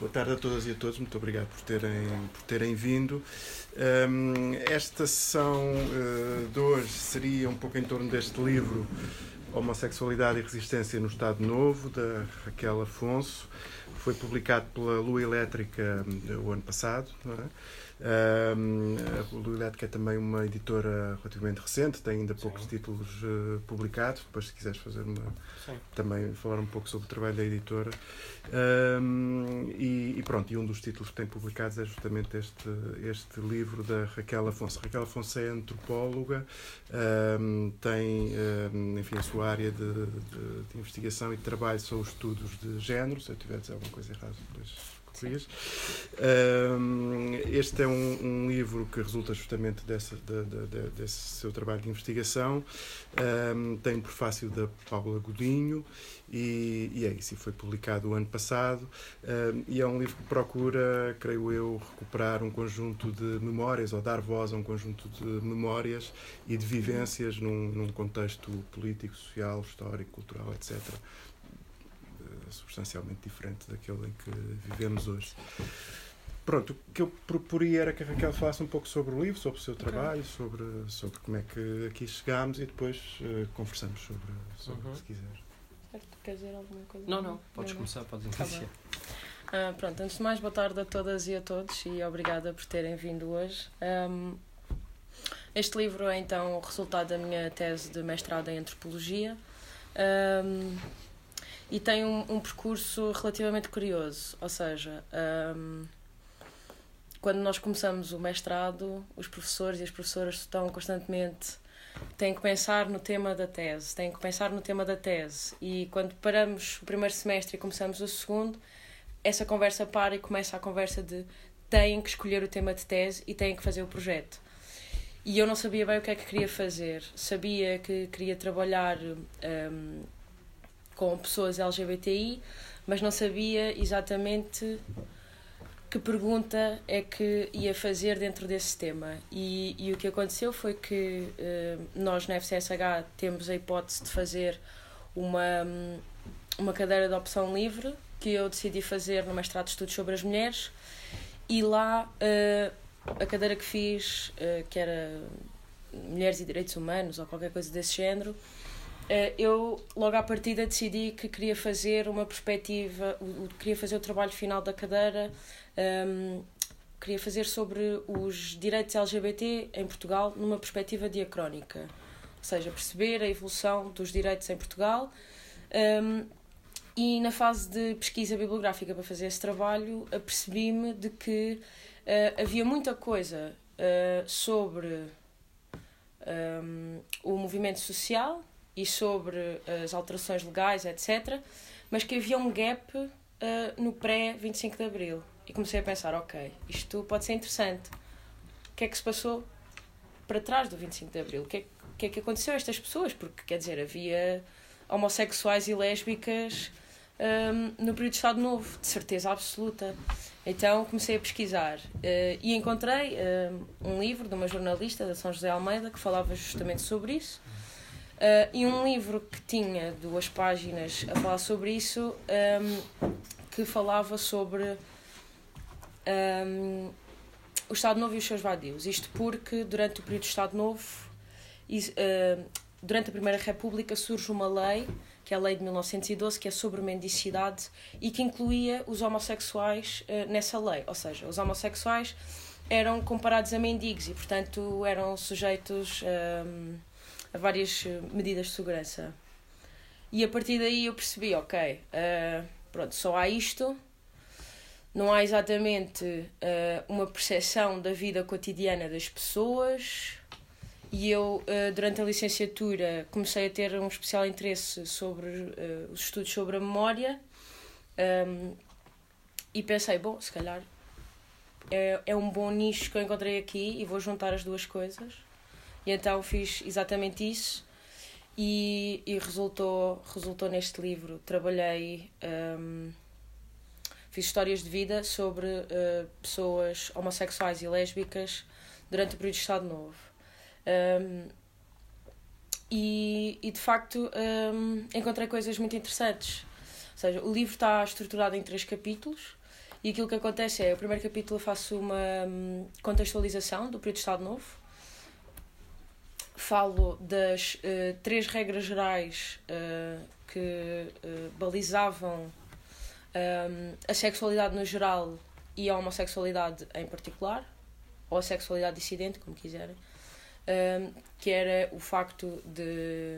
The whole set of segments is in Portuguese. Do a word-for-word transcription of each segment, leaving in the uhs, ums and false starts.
Boa tarde a todas e a todos, muito obrigado por terem, por terem vindo. Um, esta sessão uh, de hoje seria um pouco em torno deste livro Homossexualidade e Resistência no Estado Novo, da Raquel Afonso. Foi publicado pela Lua Elétrica o ano passado, não é? Um, a Lua Elétrica é também uma editora relativamente recente, tem ainda poucos Sim. títulos uh, publicados. Depois, se quiseres fazer uma, também falar um pouco sobre o trabalho da editora. Um, e, e pronto, e um dos títulos que tem publicados é justamente este, este livro da Raquel Afonso. Raquel Afonso é antropóloga, um, tem um, enfim, a sua área de, de, de investigação e de trabalho são os estudos de género. Se eu tiver a dizer alguma coisa errada, depois Um, este é um, um livro que resulta justamente dessa, de, de, de, desse seu trabalho de investigação. Um, tem um prefácio da Paula Godinho e, e é isso, e foi publicado o ano passado. Um, e é um livro que procura, creio eu, recuperar um conjunto de memórias, ou dar voz a um conjunto de memórias e de vivências num, num contexto político, social, histórico, cultural, etcétera, substancialmente diferente daquele em que vivemos hoje. Pronto, o que eu proporia era que a Raquel falasse um pouco sobre o livro, sobre o seu trabalho, okay. sobre, sobre como é que aqui chegámos e depois uh, conversamos sobre, sobre uhum. se quiser. Certo, quer dizer alguma coisa? Não, não, podes não, começar, não. podes iniciar. Tá uh, pronto, antes de mais, boa tarde a todas e a todos e obrigada por terem vindo hoje. Um, este livro é então o resultado da minha tese de mestrado em Antropologia. Um, E tem um, um percurso relativamente curioso, ou seja, um, quando nós começamos o mestrado, os professores e as professoras estão constantemente, têm que pensar no tema da tese, têm que pensar no tema da tese, e quando paramos o primeiro semestre e começamos o segundo, essa conversa para e começa a conversa de têm que escolher o tema de tese e têm que fazer o projeto. E eu não sabia bem o que é que queria fazer, sabia que queria trabalhar Um, com pessoas L G B T I, mas não sabia exatamente que pergunta é que ia fazer dentro desse tema. E, e o que aconteceu foi que uh, nós na F C S H temos a hipótese de fazer uma, uma cadeira de opção livre, que eu decidi fazer no mestrado de estudos sobre as mulheres, e lá uh, a cadeira que fiz, uh, que era Mulheres e Direitos Humanos, ou qualquer coisa desse género, eu logo à partida decidi que queria fazer uma perspectiva, queria fazer o trabalho final da cadeira, um, queria fazer sobre os direitos L G B T em Portugal numa perspectiva diacrónica, ou seja, perceber a evolução dos direitos em Portugal. Um, e na fase de pesquisa bibliográfica para fazer esse trabalho, apercebi-me de que uh, havia muita coisa uh, sobre um, o movimento social e sobre as alterações legais, etcétera, mas que havia um gap uh, no pré-vinte e cinco de Abril. E comecei a pensar, ok, isto pode ser interessante. O que é que se passou para trás do vinte e cinco de Abril? O que é, o que, é que aconteceu a estas pessoas? Porque, quer dizer, havia homossexuais e lésbicas um, no período de Estado Novo, de certeza absoluta. Então comecei a pesquisar uh, e encontrei uh, um livro de uma jornalista, da São José Almeida, que falava justamente sobre isso. Uh, e um livro que tinha duas páginas a falar sobre isso, um, que falava sobre um, o Estado Novo e os seus vadios. Isto porque durante o período do Estado Novo, e, uh, durante a Primeira República, surge uma lei, que é a Lei de mil novecentos e doze, que é sobre mendicidade e que incluía os homossexuais uh, nessa lei. Ou seja, os homossexuais eram comparados a mendigos e, portanto, eram sujeitos Um, a várias medidas de segurança. E a partir daí eu percebi, ok, uh, pronto, só há isto, não há exatamente uh, uma percepção da vida cotidiana das pessoas, e eu, uh, durante a licenciatura, comecei a ter um especial interesse sobre uh, os estudos sobre a memória, um, e pensei, bom, se calhar é, é um bom nicho que eu encontrei aqui e vou juntar as duas coisas. E então fiz exatamente isso e, e resultou, resultou neste livro. Trabalhei, um, fiz histórias de vida sobre uh, pessoas homossexuais e lésbicas durante o período de Estado Novo. Um, e, e, de facto, um, encontrei coisas muito interessantes. Ou seja, o livro está estruturado em três capítulos E aquilo que acontece é, o primeiro capítulo eu faço uma contextualização do período de Estado Novo, falo das uh, três regras gerais uh, que uh, balizavam um, a sexualidade no geral e a homossexualidade em particular, ou a sexualidade dissidente, como quiserem, um, que era o facto de,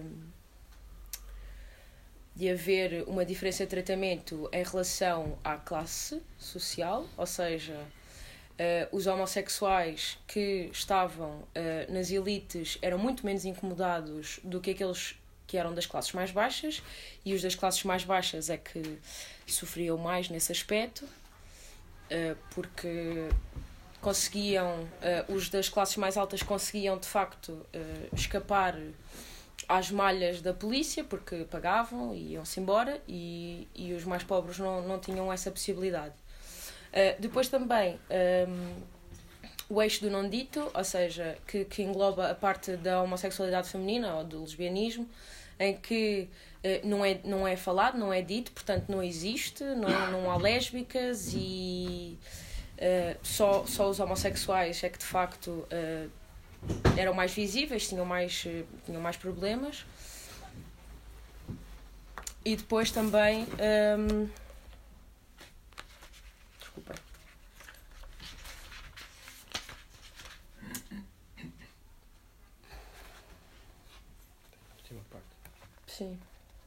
de haver uma diferença de tratamento em relação à classe social, ou seja, Uh, os homossexuais que estavam uh, nas elites eram muito menos incomodados do que aqueles que eram das classes mais baixas, e os das classes mais baixas é que sofriam mais nesse aspecto, uh, porque conseguiam, uh, os das classes mais altas conseguiam de facto uh, escapar às malhas da polícia porque pagavam e iam-se embora, e, e os mais pobres não, não tinham essa possibilidade. Uh, depois também um, o eixo do não dito, ou seja, que, que engloba a parte da homossexualidade feminina ou do lesbianismo, em que uh, não, é, não é falado, não é dito, portanto não existe, não, não há lésbicas, e uh, só, só os homossexuais é que de facto uh, eram mais visíveis, tinham mais, uh, tinham mais problemas. E depois também... Um, Sim.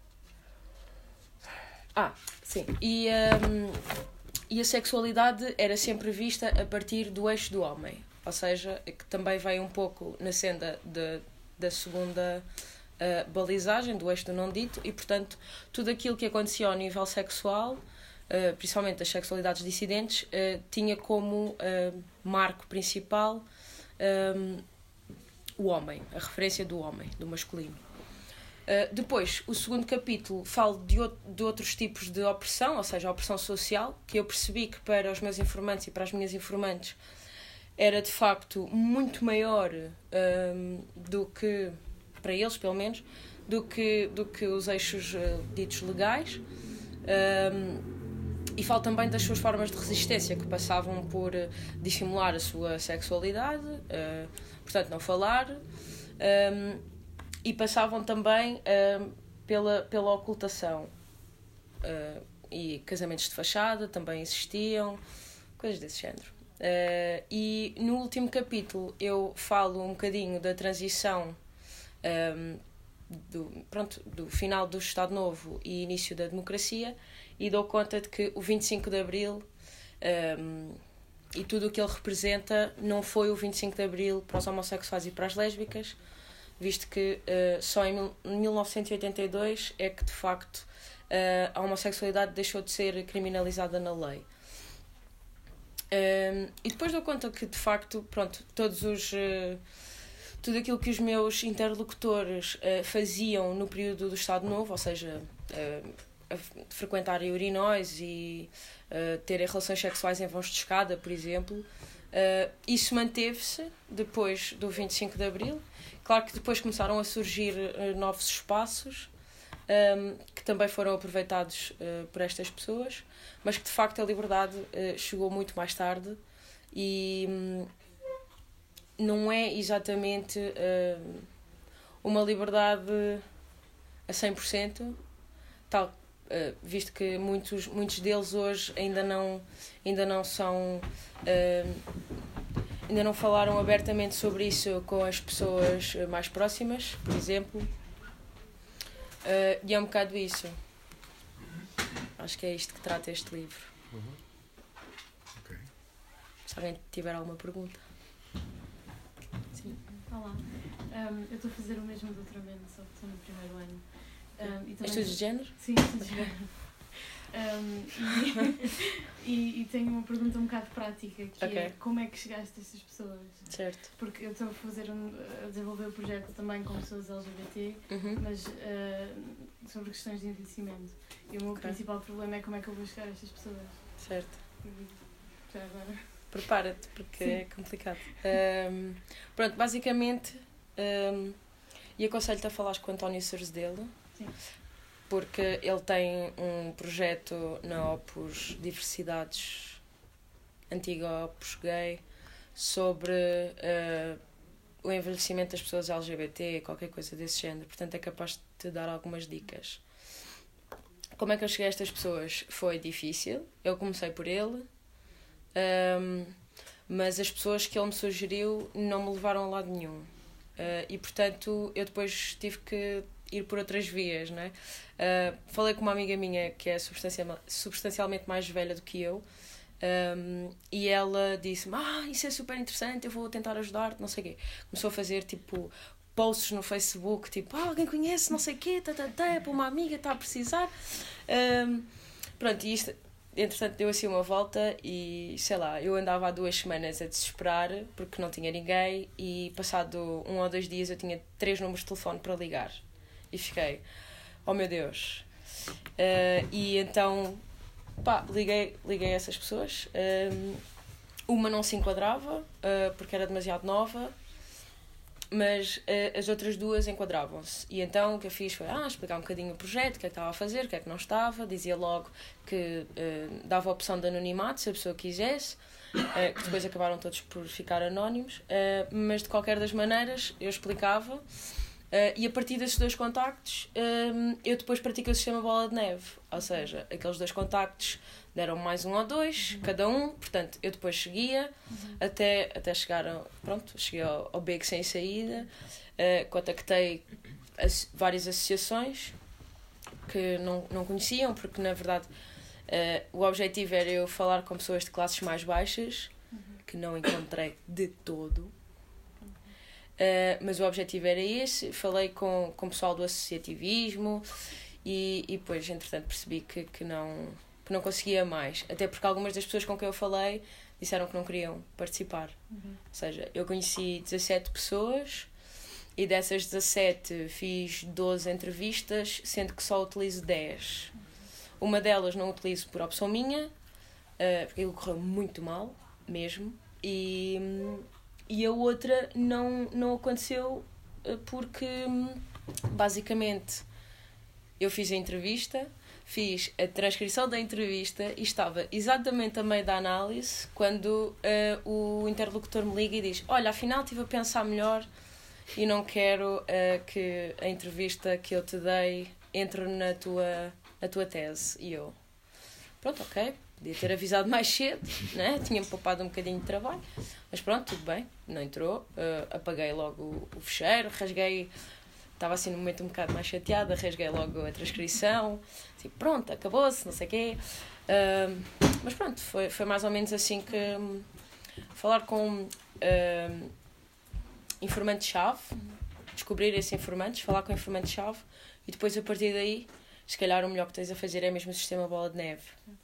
Ah, sim. E, um, e a sexualidade era sempre vista a partir do eixo do homem. Ou seja, que também veio um pouco na senda de, da segunda uh, balizagem, do eixo do não dito, e, portanto, tudo aquilo que acontecia ao nível sexual, uh, principalmente as sexualidades dissidentes, uh, tinha como uh, marco principal um, o homem, a referência do homem, do masculino. Uh, depois, o segundo capítulo fala de, o, de outros tipos de opressão, ou seja, a opressão social, que eu percebi que para os meus informantes e para as minhas informantes era de facto muito maior um, do que, para eles pelo menos, do que, do que os eixos uh, ditos legais. Um, e falo também das suas formas de resistência, que passavam por uh, dissimular a sua sexualidade, uh, portanto não falar, um, e passavam também uh, pela, pela ocultação. Uh, e casamentos de fachada também existiam, coisas desse género. Uh, e no último capítulo eu falo um bocadinho da transição um, do, pronto, do final do Estado Novo e início da democracia, e dou conta de que o vinte e cinco de Abril um, e tudo o que ele representa não foi o vinte e cinco de Abril para os homossexuais e para as lésbicas, visto que uh, só em mil novecentos e oitenta e dois é que de facto uh, a homossexualidade deixou de ser criminalizada na lei. Um, e depois dou conta que de facto, pronto, todos os, uh, tudo aquilo que os meus interlocutores uh, faziam no período do Estado Novo, ou seja, uh, a frequentarem urinóis e uh, terem relações sexuais em vãos de escada, por exemplo, uh, isso manteve-se depois do vinte e cinco de Abril. Claro que depois começaram a surgir uh, novos espaços um, que também foram aproveitados uh, por estas pessoas, mas que de facto a liberdade uh, chegou muito mais tarde, e um, não é exatamente uh, uma liberdade a cem por cento, tal, uh, visto que muitos, muitos deles hoje ainda não, ainda não são... Uh, ainda não falaram abertamente sobre isso com as pessoas mais próximas, por exemplo. Uh, e é um bocado isso. Acho que é isto que trata este livro. Uhum. Okay. Se alguém tiver alguma pergunta. Sim. Olá. Um, eu estou a fazer o mesmo doutoramento, só que estou no primeiro ano. Um, e também... Estudos de género? Sim, estudos de género. Um, e, e, e tenho uma pergunta um bocado prática, que okay. é como é que chegaste a estas pessoas? Certo. Porque eu estou a, fazer um, a desenvolver o projeto também com pessoas L G B T, uhum. mas uh, sobre questões de envelhecimento. E o meu okay. principal problema é como é que eu vou chegar a estas pessoas. Certo. Já agora. Prepara-te, porque Sim. é complicado. Um, pronto, basicamente, um, e aconselho-te a falares com o António Cerzedelo. Sim. Porque ele tem um projeto na Opus Diversidades antiga-opus gay, sobre uh, o envelhecimento das pessoas L G B T, qualquer coisa desse género. Portanto, é capaz de te dar algumas dicas. Como é que eu cheguei a estas pessoas? Foi difícil. Eu comecei por ele, um, mas as pessoas que ele me sugeriu não me levaram a lado nenhum. Uh, e, portanto, eu depois tive que ir por outras vias, não é? Uh, falei com uma amiga minha que é substancial, substancialmente mais velha do que eu, um, e ela disse-me, ah, isso é super interessante, eu vou tentar ajudar-te, não sei o quê. Começou a fazer, tipo, posts no Facebook, tipo, ah, alguém conhece, não sei o quê, tá, tá, tá, é para uma amiga, está a precisar. Um, pronto, e isto, entretanto, deu assim uma volta e, sei lá, eu andava há duas semanas a desesperar porque não tinha ninguém e, passado um ou dois dias, eu tinha três números de telefone para ligar. E fiquei, oh meu Deus. Uh, e então, pá, liguei, liguei a essas pessoas. Um, uma não se enquadrava, uh, porque era demasiado nova, mas uh, as outras duas enquadravam-se. E então o que eu fiz foi ah, explicar um bocadinho o projeto, o que é que estava a fazer, o que é que não estava. Dizia logo que uh, dava a opção de anonimato, se a pessoa quisesse, uh, que depois acabaram todos por ficar anónimos. Uh, mas de qualquer das maneiras, eu explicava. Uh, e a partir desses dois contactos, um, eu depois pratiquei o sistema bola de neve. Ou seja, aqueles dois contactos deram mais um ou dois, uhum. cada um. Portanto, eu depois seguia uhum. até, até chegar a, pronto, cheguei ao, ao beco sem saída. Uh, contactei as, várias associações que não, não conheciam, porque na verdade uh, o objetivo era eu falar com pessoas de classes mais baixas, uhum. que não encontrei de todo. Uh, mas o objetivo era esse. Falei com, com o pessoal do associativismo e, e depois, entretanto, percebi que, que, não, que não conseguia mais. Até porque algumas das pessoas com quem eu falei disseram que não queriam participar. Uhum. Ou seja, eu conheci dezassete pessoas e dessas dezassete fiz doze entrevistas, sendo que só utilizo dez. Uhum. Uma delas não utilizo por opção minha, uh, porque ele correu muito mal, mesmo. E... E a outra não, não aconteceu porque, basicamente, eu fiz a entrevista, fiz a transcrição da entrevista e estava exatamente a meio da análise quando uh, o interlocutor me liga e diz olha, afinal estive a pensar melhor e não quero uh, que a entrevista que eu te dei entre na tua, na tua tese. E eu, pronto, ok. Podia ter avisado mais cedo, né? Tinha-me poupado um bocadinho de trabalho. Mas pronto, tudo bem, não entrou. Uh, apaguei logo o, o fecheiro, rasguei. Estava assim num momento um bocado mais chateada, rasguei logo a transcrição. Assim, pronto, acabou-se, não sei o quê. Uh, mas pronto, foi, foi mais ou menos assim que... Um, falar com uh, informantes-chave, descobrir esses informantes, falar com informantes-chave e depois, a partir daí, se calhar o melhor que tens a fazer é mesmo o sistema bola de neve.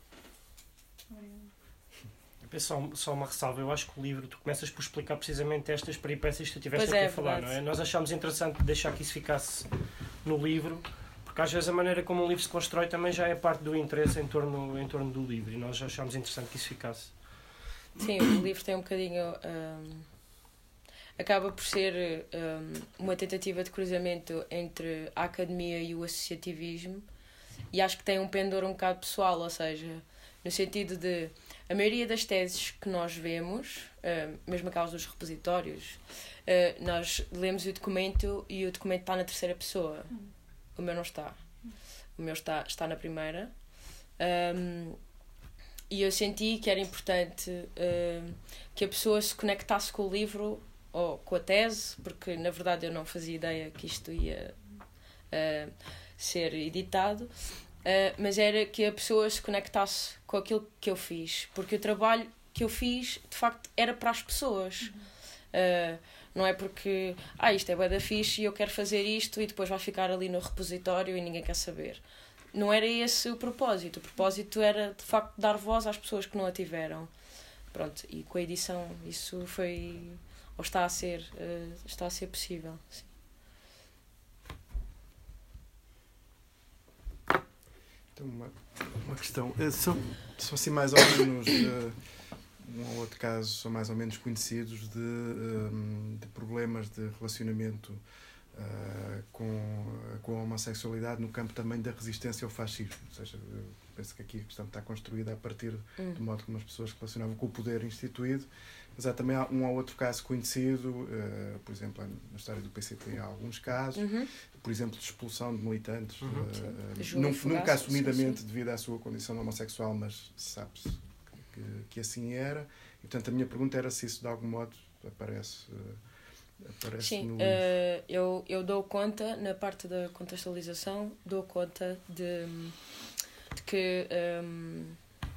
Só, só uma ressalva, eu acho que o livro tu começas por explicar precisamente estas peripécias que tu tiveste pois aqui é, a falar, verdade. Não é? Nós achámos interessante deixar que isso ficasse no livro, porque às vezes a maneira como um livro se constrói também já é parte do interesse em torno, em torno do livro, e nós achámos interessante que isso ficasse. Sim, o livro tem um bocadinho... Um, acaba por ser um, uma tentativa de cruzamento entre a academia e o associativismo, e acho que tem um pendor um bocado pessoal, ou seja, no sentido de a maioria das teses que nós vemos, uh, mesmo aquelas dos repositórios, uh, nós lemos o documento e o documento está na terceira pessoa. O meu não está. O meu está, está na primeira. Um, e eu senti que era importante uh, que a pessoa se conectasse com o livro ou com a tese, porque na verdade eu não fazia ideia que isto ia uh, ser editado. Uh, mas era que a pessoa se conectasse com aquilo que eu fiz, porque o trabalho que eu fiz de facto era para as pessoas. Uhum. Uh, não é porque ah, isto é bué da fixe e eu quero fazer isto e depois vai ficar ali no repositório e ninguém quer saber. Não era esse o propósito. O propósito era de facto dar voz às pessoas que não a tiveram. Pronto, e com a edição isso foi ou está a ser, uh, está a ser possível. Sim. Então, uma, uma questão. São, são assim mais ou menos, uh, um ou outro caso, são mais ou menos conhecidos de, um, de problemas de relacionamento uh, com, com a homossexualidade no campo também da resistência ao fascismo. Ou seja, eu penso que aqui a questão está construída a partir hum. do modo como as pessoas se relacionavam com o poder instituído. Mas há também um ou outro caso conhecido, uh, por exemplo, na história do P C P há alguns casos, uhum. por exemplo, de expulsão de militantes, uhum. uh, num, nunca assumidamente sim, sim. devido à sua condição homossexual, mas sabe-se que, que assim era. E, portanto, a minha pergunta era se isso de algum modo aparece, uh, aparece sim, no livro. Uh, eu, eu dou conta, na parte da contextualização, dou conta de, de que... Um,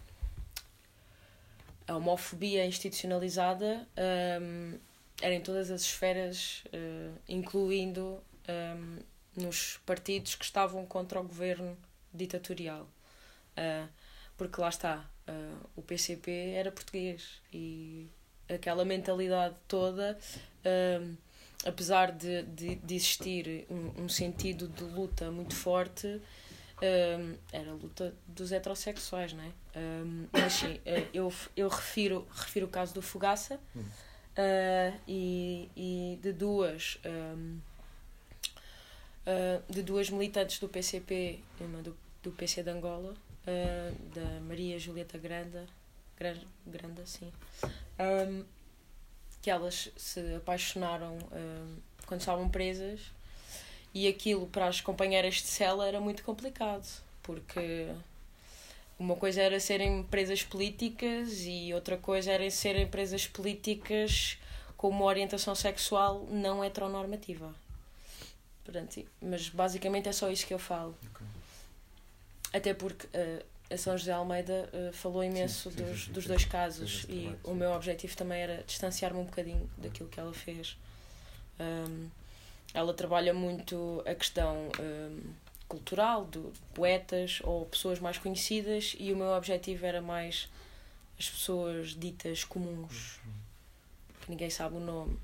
a homofobia institucionalizada um, era em todas as esferas, uh, incluindo um, nos partidos que estavam contra o governo ditatorial. Uh, porque lá está, uh, o P C P era português e aquela mentalidade toda, uh, apesar de, de, de existir um, um sentido de luta muito forte, Um, era a luta dos heterossexuais, não é? Um, mas sim, eu, eu refiro, refiro o caso do Fogaça uh, e, e de duas um, uh, de duas militantes do P C P, uma do, do P C de Angola, uh, da Maria Julieta Granda, Granda, Granda sim, um, que elas se apaixonaram um, quando estavam presas. E aquilo para as companheiras de cela era muito complicado, porque uma coisa era serem presas políticas e outra coisa era serem presas políticas com uma orientação sexual não heteronormativa. Portanto, mas basicamente é só isso que eu falo. Okay. Até porque uh, a São José Almeida uh, falou imenso sim, sim, dos, sim, sim, dos dois casos sim, sim, e sim. o meu objetivo também era distanciar-me um bocadinho daquilo que ela fez. Um, Ela trabalha muito a questão um, cultural, de poetas ou pessoas mais conhecidas, e o meu objetivo era mais as pessoas ditas comuns, que ninguém sabe o nome.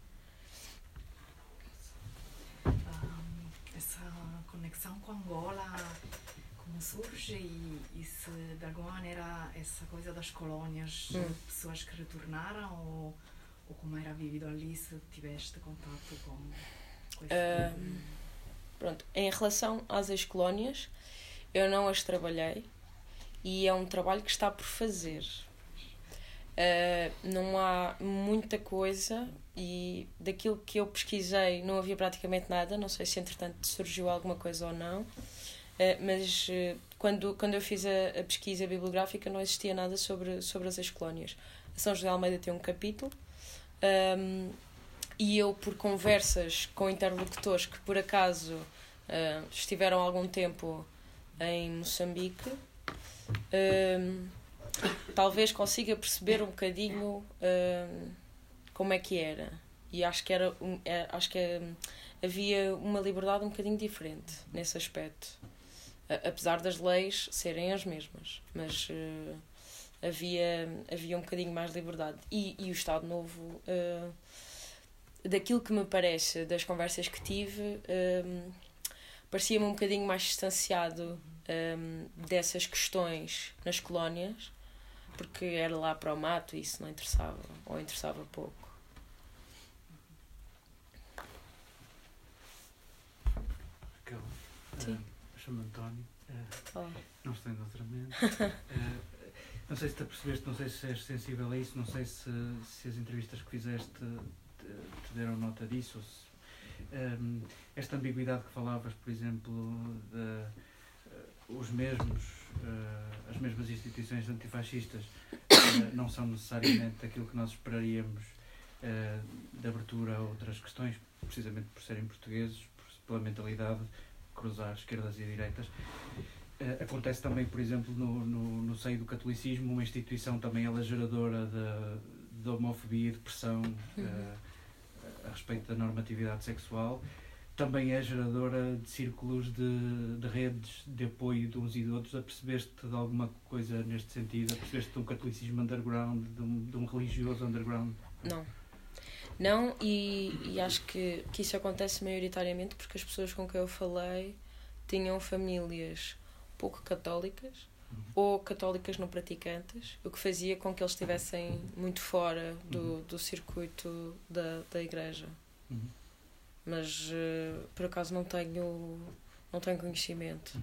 Um, essa conexão com Angola, como surge e, e se de alguma maneira essa coisa das colônias, hum. pessoas que retornaram ou, ou como era vivido ali, se tiveste contato com... Uh, pronto, em relação às ex-colónias, eu não as trabalhei e é um trabalho que está por fazer. Uh, não há muita coisa e daquilo que eu pesquisei não havia praticamente nada, não sei se entretanto surgiu alguma coisa ou não, uh, mas uh, quando, quando eu fiz a, a pesquisa bibliográfica não existia nada sobre, sobre as ex-colónias. A São José de Almeida tem um capítulo, um, e eu, por conversas com interlocutores que por acaso uh, estiveram algum tempo em Moçambique, uh, talvez consiga perceber um bocadinho uh, como é que era. E acho que, era, um, é, acho que uh, havia uma liberdade um bocadinho diferente nesse aspecto. Uh, apesar das leis serem as mesmas. Mas uh, havia, havia um bocadinho mais liberdade. E, e o Estado Novo... Uh, daquilo que me parece, das conversas que tive, um, parecia-me um bocadinho mais distanciado um, dessas questões nas colónias, porque era lá para o mato e isso não interessava, ou interessava pouco. Raquel, Sim. Uh, chamo-me António, uh, oh. não estou em doutoramento. uh, não sei se te apercebeste, não sei se és sensível a isso, não sei se, se as entrevistas que fizeste te deram nota disso. Se, um, esta ambiguidade que falavas, por exemplo, de uh, os mesmos, uh, as mesmas instituições antifascistas uh, não são necessariamente aquilo que nós esperaríamos uh, de abertura a outras questões, precisamente por serem portugueses, por, pela mentalidade de cruzar esquerdas e direitas. Uh, acontece também, por exemplo, no, no, no seio do catolicismo, uma instituição também ela geradora de, de homofobia e depressão uh, a respeito da normatividade sexual, também é geradora de círculos de, de redes de apoio de uns e de outros. Apercebeste de alguma coisa neste sentido? Apercebeste de um catolicismo underground, de um, de um religioso underground? Não. Não, e, e acho que, que isso acontece maioritariamente porque as pessoas com quem eu falei tinham famílias pouco católicas, uhum. ou católicas não praticantes, o que fazia com que eles estivessem muito fora do, uhum. do circuito da, da igreja. Uhum. mas uh, por acaso não tenho, não tenho conhecimento.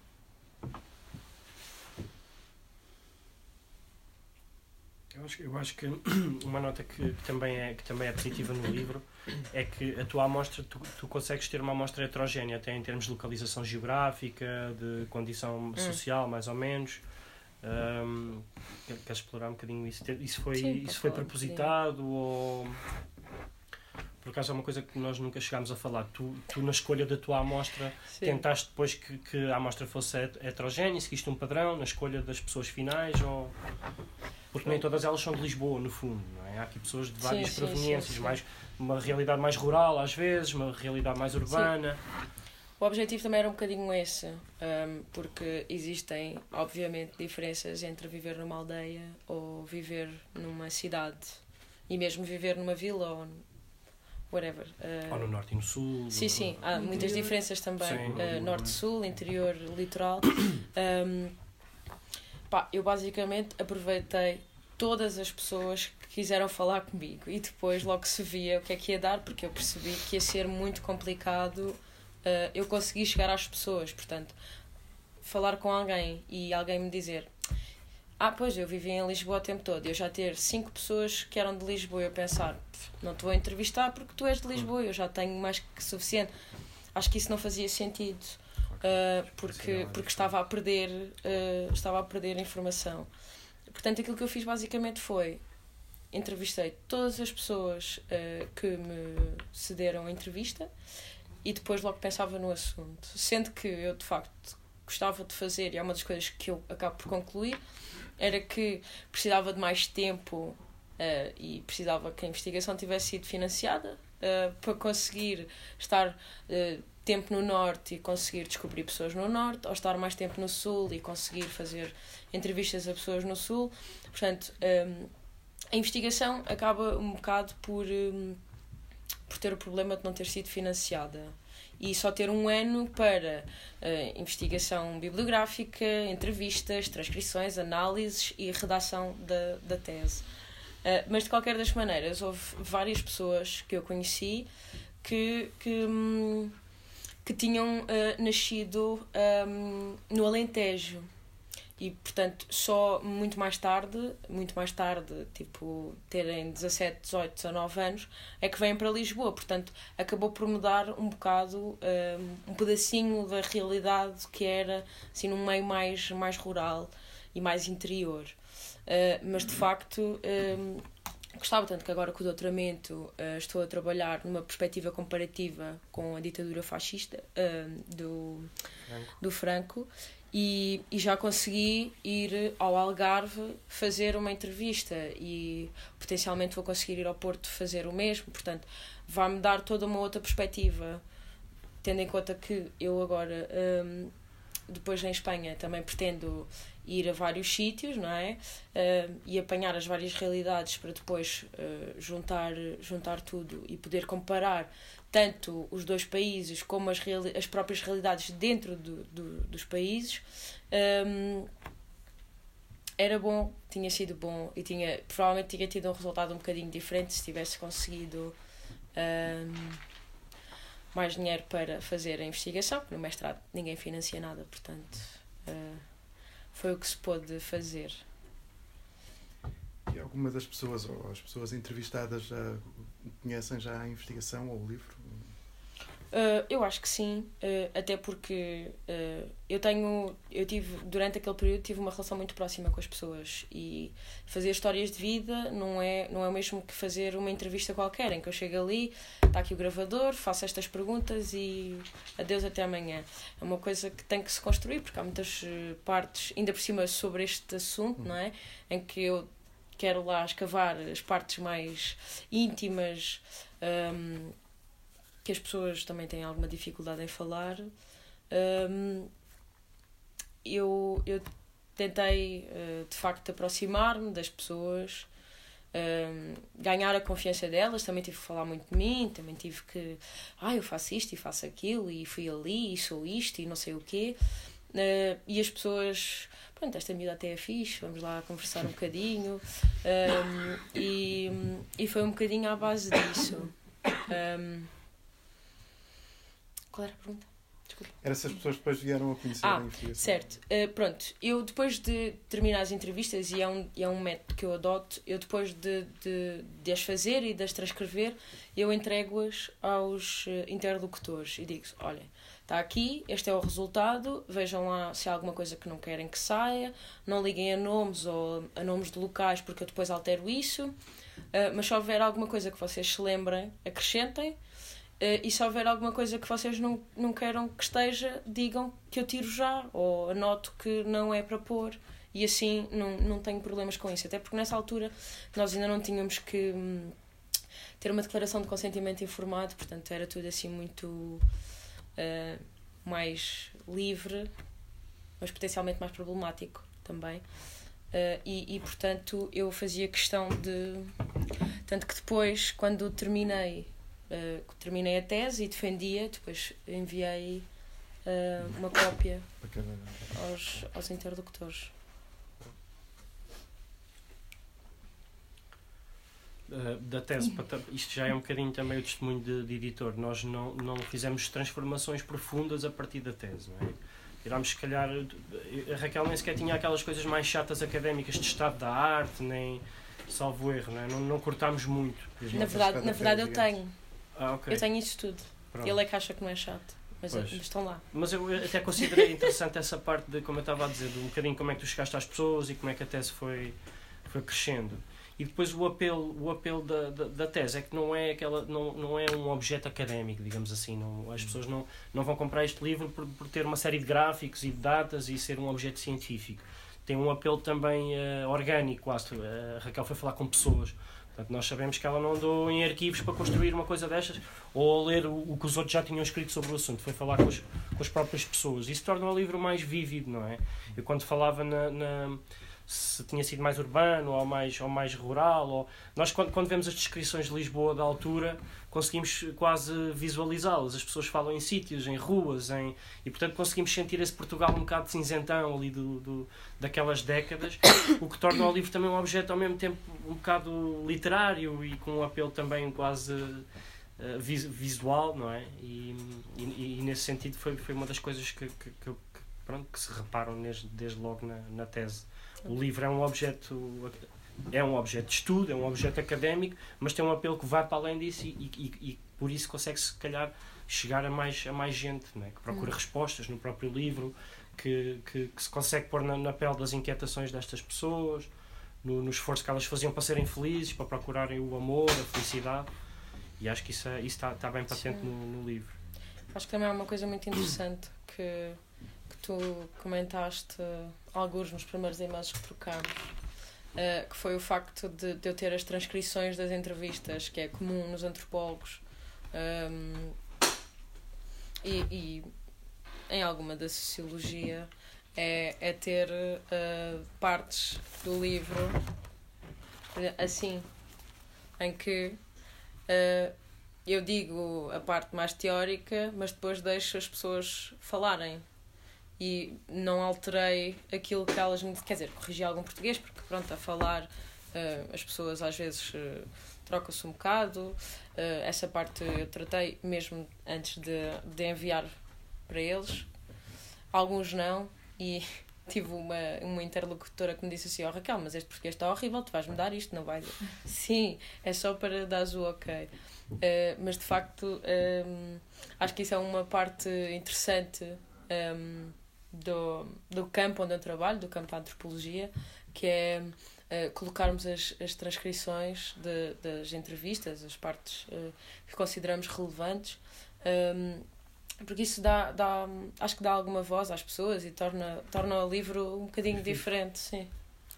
Eu acho, eu acho que uma nota que, que, também é, que também é positiva no livro é que a tua amostra, tu, tu consegues ter uma amostra heterogénea, até em termos de localização geográfica, de condição social, hum. mais ou menos. Um, queres explorar um bocadinho isso? Isso foi, sim, isso foi propositado ou... Por acaso é uma coisa que nós nunca chegámos a falar. Tu, tu na escolha da tua amostra, sim. tentaste depois que, que a amostra fosse heterogénea, seguiste um padrão na escolha das pessoas finais? Ou... Porque nem todas elas são de Lisboa, no fundo, não é? Há aqui pessoas de várias sim, proveniências, sim, sim, sim. Mais, uma realidade mais rural às vezes, uma realidade mais urbana. Sim. O objetivo também era um bocadinho esse, um, porque existem, obviamente, diferenças entre viver numa aldeia ou viver numa cidade, e mesmo viver numa vila ou whatever. Uh, ou no norte e no sul. Sim, sim, há muitas interior. Diferenças também, uh, norte-sul, interior, litoral. Um, pá, eu basicamente aproveitei todas as pessoas que quiseram falar comigo e depois logo se via o que é que ia dar, porque eu percebi que ia ser muito complicado. Uh, eu consegui chegar às pessoas, portanto, falar com alguém e alguém me dizer ah, pois, eu vivi em Lisboa o tempo todo, eu já ter cinco pessoas que eram de Lisboa, eu pensar, não te vou entrevistar porque tu és de Lisboa, eu já tenho mais que suficiente. Acho que isso não fazia sentido, uh, porque, porque estava a perder uh, estava a perder informação. Portanto, aquilo que eu fiz basicamente foi entrevistei todas as pessoas uh, que me cederam a entrevista e depois logo pensava no assunto. Sendo que eu, de facto, gostava de fazer, e é uma das coisas que eu acabo por concluir, era que precisava de mais tempo uh, e precisava que a investigação tivesse sido financiada uh, para conseguir estar uh, tempo no Norte e conseguir descobrir pessoas no Norte, ou estar mais tempo no Sul e conseguir fazer entrevistas a pessoas no Sul. Portanto, um, a investigação acaba um bocado por... Um, por ter o problema de não ter sido financiada e só ter um ano para uh, investigação bibliográfica, entrevistas, transcrições, análises e redação da, da tese. Uh, mas, de qualquer das maneiras, houve várias pessoas que eu conheci que, que, hum, que tinham uh, nascido um, no Alentejo. E, portanto, só muito mais tarde, muito mais tarde, tipo, terem dezassete, dezoito, dezanove anos, é que vêm para Lisboa. Portanto, acabou por mudar um bocado, um, um pedacinho da realidade que era, assim, num meio mais, mais rural e mais interior. Uh, mas, de facto, um, gostava tanto que agora com o doutoramento uh, estou a trabalhar numa perspectiva comparativa com a ditadura fascista uh, do, do Franco. E, e já consegui ir ao Algarve fazer uma entrevista e potencialmente vou conseguir ir ao Porto fazer o mesmo, portanto vai-me dar toda uma outra perspectiva, tendo em conta que eu agora um, depois em Espanha também pretendo ir a vários sítios, não é? Uh, e apanhar as várias realidades para depois uh, juntar, juntar tudo e poder comparar tanto os dois países como as, reali- as próprias realidades dentro do, do, dos países. Um, era bom, tinha sido bom e tinha, provavelmente tinha tido um resultado um bocadinho diferente se tivesse conseguido um, mais dinheiro para fazer a investigação, porque no mestrado ninguém financia nada, portanto uh, foi o que se pôde fazer. E alguma das pessoas, ou as pessoas entrevistadas, já conhecem já a investigação ou o livro? Uh, eu acho que sim, uh, até porque uh, eu tenho, eu tive, durante aquele período tive uma relação muito próxima com as pessoas e fazer histórias de vida não é, não é o mesmo que fazer uma entrevista qualquer, em que eu chego ali, está aqui o gravador, faço estas perguntas e adeus até amanhã. É uma coisa que tem que se construir, porque há muitas partes, ainda por cima sobre este assunto, não é? Em que eu quero lá escavar as partes mais íntimas, um, que as pessoas também têm alguma dificuldade em falar. Um, eu, eu tentei, uh, de facto, aproximar-me das pessoas, um, ganhar a confiança delas. Também tive que falar muito de mim, também tive que... Ah, eu faço isto e faço aquilo, e fui ali, e sou isto, e não sei o quê. Uh, e as pessoas... Pronto, esta miúda até é fixe, vamos lá conversar um bocadinho. Um, e, e foi um bocadinho à base disso. Um, Qual era a pergunta? Desculpa. Era se as pessoas depois vieram a conhecer ah, a investigação. Certo. Uh, pronto, eu depois de terminar as entrevistas, e é um, é um método que eu adoto, eu depois de, de, de as fazer e de as transcrever, eu entrego-as aos interlocutores e digo: olhem, está aqui, este é o resultado, vejam lá se há alguma coisa que não querem que saia, não liguem a nomes ou a nomes de locais porque eu depois altero isso, uh, mas se houver alguma coisa que vocês se lembrem, acrescentem. Uh, e se houver alguma coisa que vocês não, não queiram que esteja, digam que eu tiro já, ou anoto que não é para pôr, e assim não, não tenho problemas com isso. Até porque nessa altura nós ainda não tínhamos que hum, ter uma declaração de consentimento informado, portanto era tudo assim muito uh, mais livre, mas potencialmente mais problemático também. Uh, e, e portanto eu fazia questão de... Tanto que depois, quando terminei Uh, terminei a tese e defendia, depois enviei uh, uma cópia aos, aos interlocutores. Uh, da tese, isto já é um bocadinho também o testemunho de, de editor. Nós não, não fizemos transformações profundas a partir da tese, não é? Tirámos, se calhar, a Raquel nem sequer tinha aquelas coisas mais chatas académicas de estado da arte, nem salvo erro, não é? Não, não cortámos muito. Na verdade, na verdade eu tenho. Ah, okay. Eu tenho isso tudo. Pronto. Ele é que acha que não é chato, mas eu, estão lá. Mas eu até considerei interessante essa parte de, como eu estava a dizer, de um bocadinho como é que tu chegaste às pessoas e como é que a tese foi, foi crescendo. E depois o apelo, o apelo da, da, da tese é que não é, aquela, não, não é um objeto académico, digamos assim. Não, as pessoas não, não vão comprar este livro por, por ter uma série de gráficos e de datas e ser um objeto científico. Tem um apelo também uh, orgânico, quase. A Raquel foi falar com pessoas. Portanto, nós sabemos que ela não andou em arquivos para construir uma coisa destas ou a ler o, o que os outros já tinham escrito sobre o assunto. Foi falar com as, com as próprias pessoas. Isso torna o livro mais vívido, não é? Eu quando falava na, na, se tinha sido mais urbano ou mais, ou mais rural, ou... nós quando, quando vemos as descrições de Lisboa da altura conseguimos quase visualizá-las. As pessoas falam em sítios, em ruas, em... e portanto conseguimos sentir esse Portugal um bocado cinzentão ali do, do, daquelas décadas, o que torna o livro também um objeto ao mesmo tempo um bocado literário e com um apelo também quase uh, vis, visual, não é? E, e, e nesse sentido foi, foi uma das coisas que, que, que, que, pronto, que se reparam desde, desde logo na, na tese. O livro é um objeto... É um objeto de estudo, é um objeto académico, mas tem um apelo que vai para além disso e, e, e por isso consegue, se calhar, chegar a mais, a mais gente, né? Que procura hum. respostas no próprio livro, que, que, que se consegue pôr na, na pele das inquietações destas pessoas, no, no esforço que elas faziam para serem felizes, para procurarem o amor, a felicidade. E acho que isso, é, isso está, está bem patente no, no livro. Acho que também é uma coisa muito interessante que, que tu comentaste alguns nos primeiros e-mails que trocámos. Uh, que foi o facto de, de eu ter as transcrições das entrevistas, que é comum nos antropólogos, um, e, e em alguma da sociologia, é, é ter uh, partes do livro assim, em que uh, eu digo a parte mais teórica, mas depois deixo as pessoas falarem. E não alterei aquilo que elas me... Quer dizer, corrigi algum português, porque pronto, a falar uh, as pessoas às vezes uh, trocam-se um bocado. Uh, essa parte eu tratei mesmo antes de, de enviar para eles. Alguns não. E tive uma, uma interlocutora que me disse assim: ó oh, Raquel, mas este português está horrível, tu vais mudar isto, não vai? Sim, é só para dar o ok. Uh, mas de facto um, acho que isso é uma parte interessante um, do, do campo onde eu trabalho, do campo da antropologia, que é uh, colocarmos as, as transcrições de, das entrevistas, as partes uh, que consideramos relevantes, um, porque isso dá, dá, acho que dá alguma voz às pessoas e torna, torna o livro um bocadinho diferente, sim.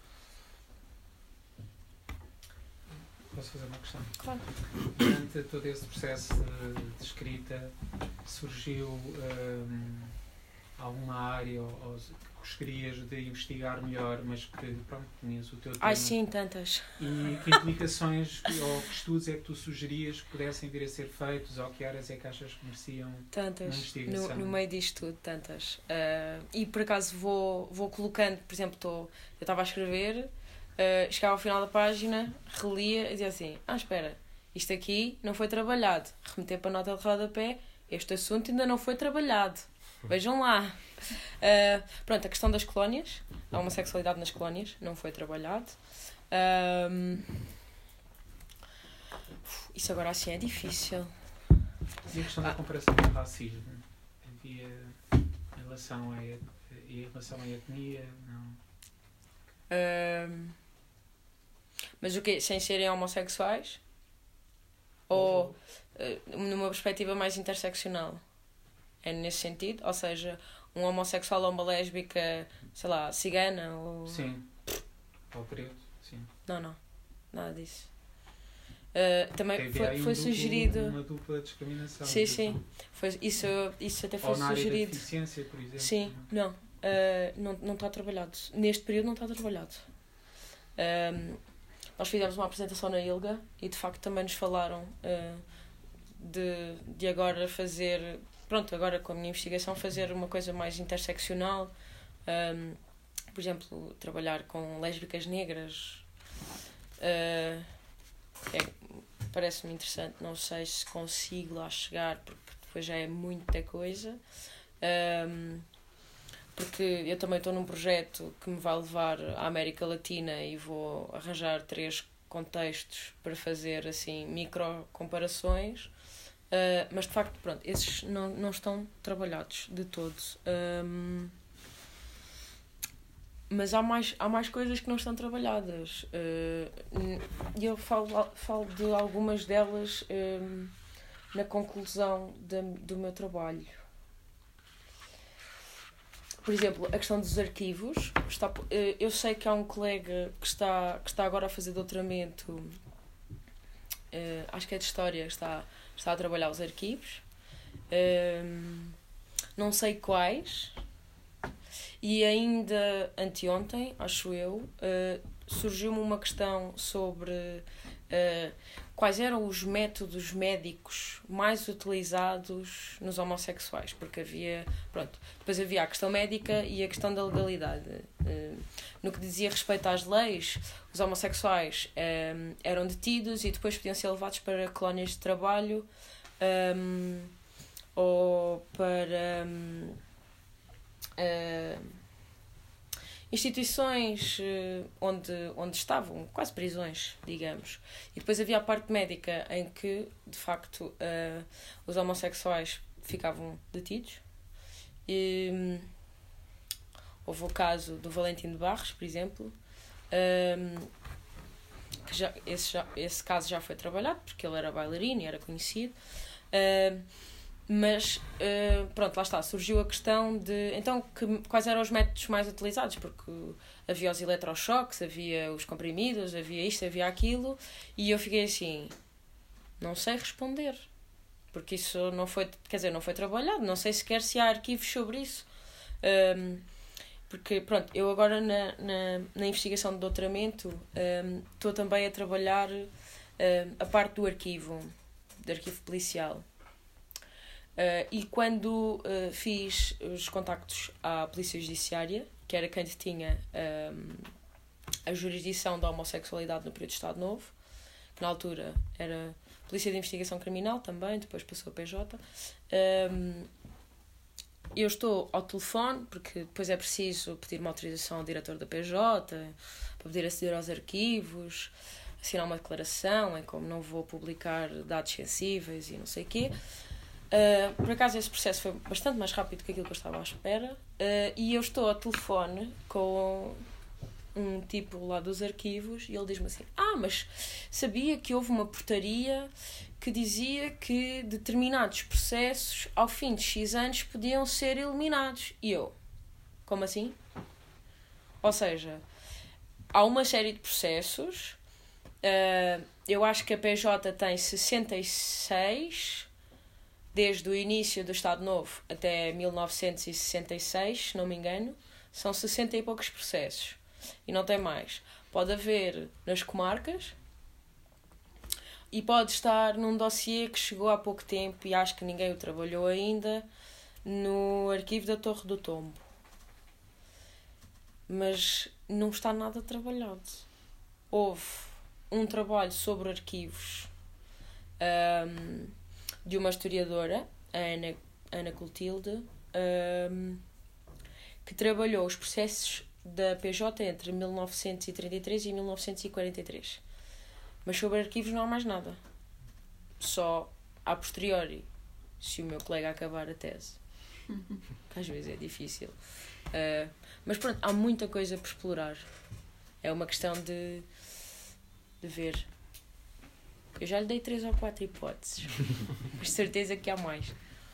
Posso fazer uma questão? Claro. Durante todo esse processo de, de escrita, surgiu um, alguma área ou, ou, que gostarias de investigar melhor, mas que, pronto, tinhas o teu tema? Ai, sim, tantas. E que implicações ou que estudos é que tu sugerias que pudessem vir a ser feitos, ou que áreas é que achas que mereciam tantas, uma investigação? No, no meio disto tudo, tantas. Uh, e, por acaso, vou, vou colocando, por exemplo, tô, eu estava a escrever... Uh, chegava ao final da página, relia e dizia assim: ah, espera, isto aqui não foi trabalhado. Remeter para a nota de rodapé este assunto ainda não foi trabalhado. Vejam lá. Uh, pronto, a questão das colónias, a homossexualidade nas colónias, não foi trabalhado. Um, isso agora assim é difícil. E a questão da comparação com o racismo? Havia em relação à, et... em relação à etnia? Não. Um, mas o quê? Sem serem homossexuais? Ou uh, numa perspectiva mais interseccional? É nesse sentido? Ou seja, um homossexual ou uma lésbica, sei lá, cigana ou... Sim. Ou preto, sim. Não, não. Nada disso. Uh, também foi, foi um sugerido... duplo, uma dupla discriminação. Sim, sim. Foi, isso, isso até foi ou na área sugerido. Da deficiência, por exemplo. Sim, não. Uh, não não está trabalhado. Neste período não está trabalhado. Um, nós fizemos uma apresentação na ILGA e de facto também nos falaram uh, de, de agora fazer... Pronto, agora com a minha investigação fazer uma coisa mais interseccional. Um, por exemplo, trabalhar com lésbicas negras. Uh, é, parece-me interessante. Não sei se consigo lá chegar, porque depois já é muita coisa. Um, porque eu também estou num projeto que me vai levar à América Latina e vou arranjar três contextos para fazer assim micro comparações. Uh, mas de facto, pronto, esses não, não estão trabalhados de todo. Um, mas há mais, há mais coisas que não estão trabalhadas. E uh, eu falo, falo de algumas delas um, na conclusão de, do meu trabalho. Por exemplo, a questão dos arquivos. Está, uh, eu sei que há um colega que está, que está agora a fazer doutoramento, uh, acho que é de História, que está... está a trabalhar os arquivos, um, não sei quais, e ainda anteontem, acho eu, uh, surgiu-me uma questão sobre uh, quais eram os métodos médicos mais utilizados nos homossexuais, porque havia, pronto, depois havia a questão médica e a questão da legalidade. Uh, no que dizia respeito às leis, os homossexuais um, eram detidos e depois podiam ser levados para colónias de trabalho um, ou para um, uh, instituições uh, onde, onde estavam, quase prisões, digamos. E depois havia a parte médica em que, de facto, uh, os homossexuais ficavam detidos. E, um, houve o caso do Valentim de Barros, por exemplo, um, que já, esse, já, esse caso já foi trabalhado, porque ele era bailarino e era conhecido. Uh, mas, uh, pronto, lá está, surgiu a questão de, então, que, quais eram os métodos mais utilizados, porque havia os eletrochoques, havia os comprimidos, havia isto, havia aquilo, e eu fiquei assim, não sei responder, porque isso não foi, quer dizer, não foi trabalhado, não sei sequer se há arquivos sobre isso. Um, Porque, pronto, eu agora na, na, na investigação de doutoramento um, estou também a trabalhar um, a parte do arquivo, do arquivo policial. Uh, e quando uh, fiz os contactos à Polícia Judiciária, que era quem tinha um, a jurisdição da homossexualidade no período de Estado Novo, que na altura era Polícia de Investigação Criminal também, depois passou a P J, um, eu estou ao telefone, porque depois é preciso pedir uma autorização ao diretor da P J, para poder aceder aos arquivos, assinar uma declaração em como não vou publicar dados sensíveis e não sei o quê. Uh, por acaso esse processo foi bastante mais rápido que aquilo que eu estava à espera. Uh, e eu estou ao telefone com um tipo lá dos arquivos e ele diz-me assim, ah, mas sabia que houve uma portaria que dizia que determinados processos, ao fim de X anos, podiam ser eliminados. E eu, como assim? Ou seja, há uma série de processos, uh, eu acho que a P J tem sessenta e seis, desde o início do Estado Novo até mil novecentos e sessenta e seis, se não me engano, são sessenta e poucos processos. E não tem mais. Pode haver nas comarcas, e pode estar num dossiê que chegou há pouco tempo e acho que ninguém o trabalhou ainda, no arquivo da Torre do Tombo. Mas não está nada trabalhado. Houve um trabalho sobre arquivos um, de uma historiadora, a Ana, Ana Clotilde, um, que trabalhou os processos da P J entre mil novecentos e trinta e três e mil novecentos e quarenta e três. Mas sobre arquivos não há mais nada. Só a posteriori, se o meu colega acabar a tese. Que às vezes é difícil. Uh, mas pronto, há muita coisa por explorar. É uma questão de, de ver. Eu já lhe dei três ou quatro hipóteses. Mas certeza que há mais.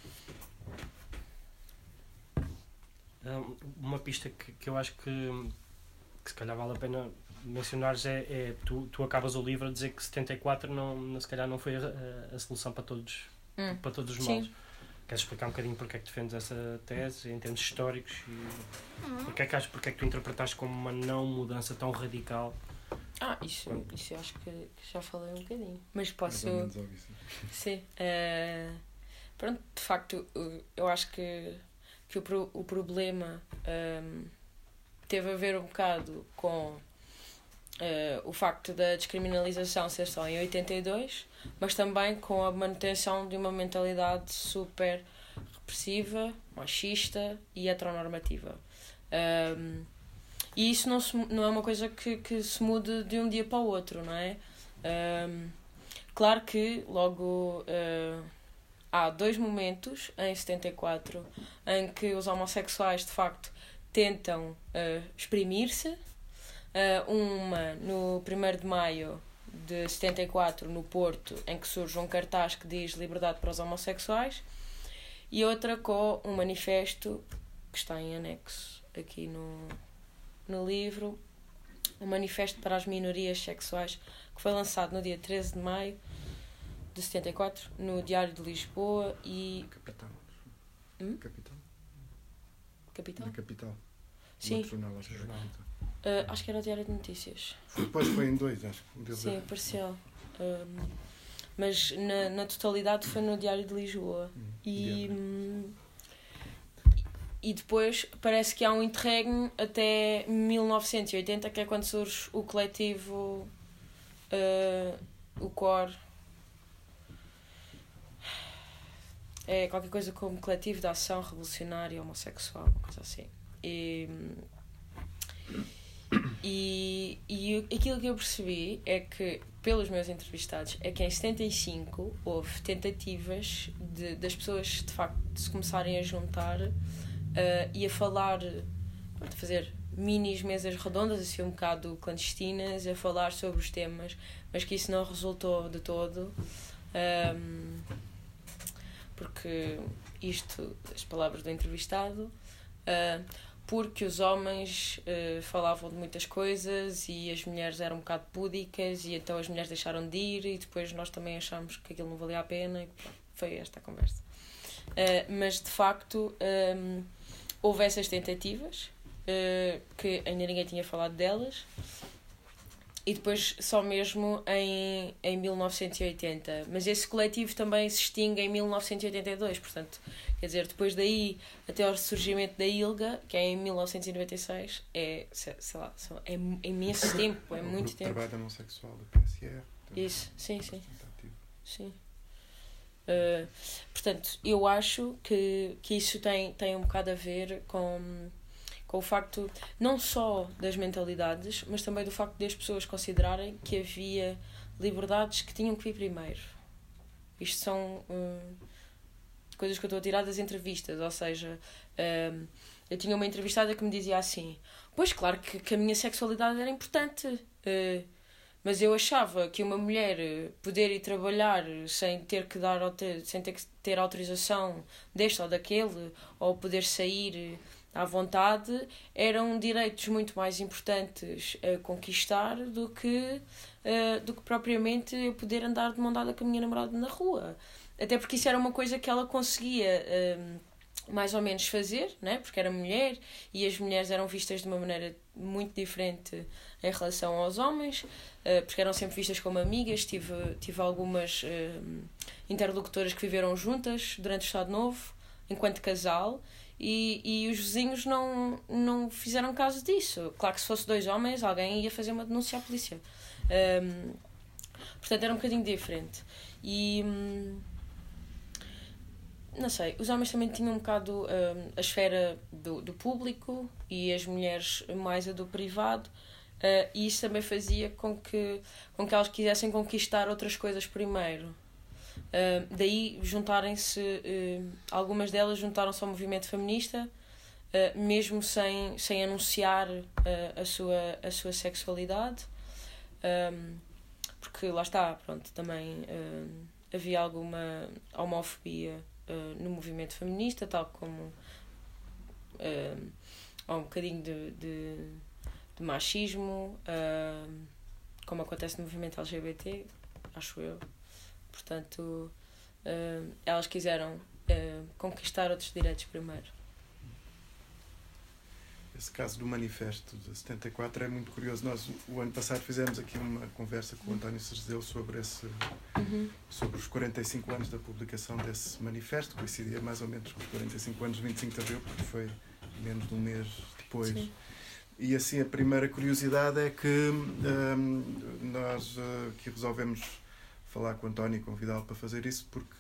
Uma pista que, que eu acho que, que se calhar vale a pena mencionares é, é tu, tu acabas o livro a dizer que setenta e quatro não, se calhar não foi a, a solução para todos, hum. para todos os males. Queres explicar um bocadinho porque é que defendes essa tese em termos históricos e hum. porque é que achas, porque é que tu interpretaste como uma não mudança tão radical? Ah, isso, isso eu acho que, que já falei um bocadinho. Mas posso... Sim. Uh, pronto, de facto, eu acho que que o, pro, o problema um, teve a ver um bocado com uh, o facto da descriminalização ser só em oitenta e dois, mas também com a manutenção de uma mentalidade super repressiva, machista e heteronormativa. Um, e isso não, se, não é uma coisa que, que se mude de um dia para o outro, não é? Um, claro que logo... Uh, há dois momentos, em setenta e quatro, em que os homossexuais, de facto, tentam uh, exprimir-se. Uh, uma no primeiro de maio de setenta e quatro, no Porto, em que surge um cartaz que diz liberdade para os homossexuais. E outra com um manifesto, que está em anexo aqui no, no livro, um manifesto para as minorias sexuais, que foi lançado no dia treze de maio de setenta e quatro, no Diário de Lisboa e... Capital. Hum? Capital. Capital? Na Capital. Sim. Jornal, acho, que era uh, acho que era o Diário de Notícias. Foi, depois foi em dois, acho. Um Sim, parcial. Um, mas na, na totalidade foi no Diário de Lisboa. Hum, e, hum, e depois parece que há um interregno até mil novecentos e oitenta, que é quando surge o coletivo, uh, o C O R. É qualquer coisa como Coletivo de Ação Revolucionária Homossexual, uma coisa assim. E, e, e aquilo que eu percebi é que, pelos meus entrevistados, é que em setenta e cinco houve tentativas de, das pessoas, de facto, de se começarem a juntar uh, e a falar, a fazer minis mesas redondas, assim um bocado clandestinas, a falar sobre os temas, mas que isso não resultou de todo. Um, porque isto, as palavras do entrevistado, uh, porque os homens uh, falavam de muitas coisas e as mulheres eram um bocado púdicas e então as mulheres deixaram de ir e depois nós também achámos que aquilo não valia a pena e pronto, foi esta a conversa. Uh, mas de facto um, houve essas tentativas, uh, que ainda ninguém tinha falado delas. E depois só mesmo em, em mil novecentos e oitenta. Mas esse coletivo também se extingue em mil novecentos e oitenta e dois. Portanto, quer dizer, depois daí até ao ressurgimento da ILGA, que é em mil novecentos e noventa e seis, é, sei lá, é imenso tempo, é muito tempo. O trabalho homossexual do P S R. Isso, sim, sim. Sim. Uh, portanto, eu acho que, que isso tem, tem um bocado a ver com... com o facto não só das mentalidades, mas também do facto das pessoas considerarem que havia liberdades que tinham que vir primeiro. Isto são hum, coisas que eu estou a tirar das entrevistas, ou seja, hum, eu tinha uma entrevistada que me dizia assim: pois claro que, que a minha sexualidade era importante, uh, mas eu achava que uma mulher poder ir trabalhar sem ter que dar sem ter que ter autorização deste ou daquele, ou poder sair à vontade, eram direitos muito mais importantes a conquistar do que, uh, do que propriamente eu poder andar de mão dada com a minha namorada na rua. Até porque isso era uma coisa que ela conseguia uh, mais ou menos fazer, né? Porque era mulher e as mulheres eram vistas de uma maneira muito diferente em relação aos homens, uh, porque eram sempre vistas como amigas. Tive, tive algumas uh, interlocutoras que viveram juntas durante o Estado Novo, enquanto casal, E, e os vizinhos não, não fizeram caso disso. Claro que se fosse dois homens, alguém ia fazer uma denúncia à polícia. Um, portanto, era um bocadinho diferente. E um, não sei, os homens também tinham um bocado uh, a esfera do, do público e as mulheres mais a do privado, uh, e isso também fazia com que, com que elas quisessem conquistar outras coisas primeiro. Uh, daí juntarem-se, uh, algumas delas juntaram-se ao movimento feminista, uh, mesmo sem, sem anunciar uh, a, sua, a sua sexualidade, um, porque lá está, pronto, também uh, havia alguma homofobia uh, no movimento feminista, tal como uh, há um bocadinho de, de, de machismo, uh, como acontece no movimento L G B T, acho eu. Portanto, uh, elas quiseram uh, conquistar outros direitos primeiro. Esse caso do manifesto de setenta e quatro é muito curioso. Nós, o ano passado, fizemos aqui uma conversa com o António Cerzedelo sobre, esse, uhum. sobre os quarenta e cinco anos da publicação desse manifesto, que coincidia mais ou menos com os quarenta e cinco anos de vinte e cinco de Abril, porque foi menos de um mês depois. Sim. E assim, a primeira curiosidade é que um, nós uh, que resolvemos falar com o António e convidá-lo para fazer isso, porque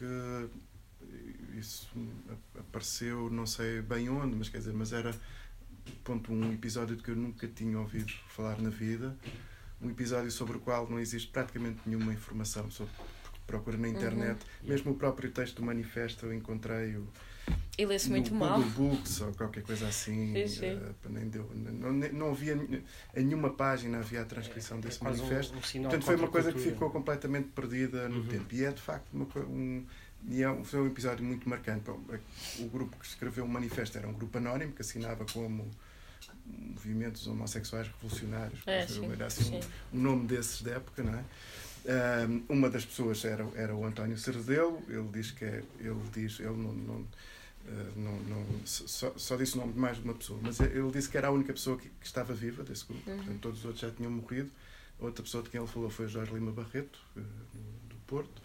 isso apareceu, não sei bem onde, mas quer dizer, mas era, ponto, um episódio de que eu nunca tinha ouvido falar na vida, um episódio sobre o qual não existe praticamente nenhuma informação, sobre, procura na internet, uhum. mesmo o próprio texto do manifesto eu encontrei-o e lê-se muito no mal. Google Books ou qualquer coisa assim. Sim, sim. Uh, nem deu, não, não havia em nenhuma página havia a transcrição desse é, é manifesto. Um, um Portanto, foi uma coisa que ficou completamente perdida no uhum. tempo. E é de facto uma, um, e é, foi um episódio muito marcante. O grupo que escreveu o manifesto era um grupo anónimo que assinava como Movimentos Homossexuais Revolucionários. É, sim, era assim sim. Um, um nome desses da época, não é? Um, uma das pessoas era, era o António Cerzedelo. Ele diz que é, ele diz, ele não, não, uh, não, não só, só disse o nome de mais de uma pessoa, mas ele disse que era a única pessoa que, que estava viva desse grupo. Uhum. Portanto, todos os outros já tinham morrido. Outra pessoa de quem ele falou foi o Jorge Lima Barreto, uh, do, do Porto.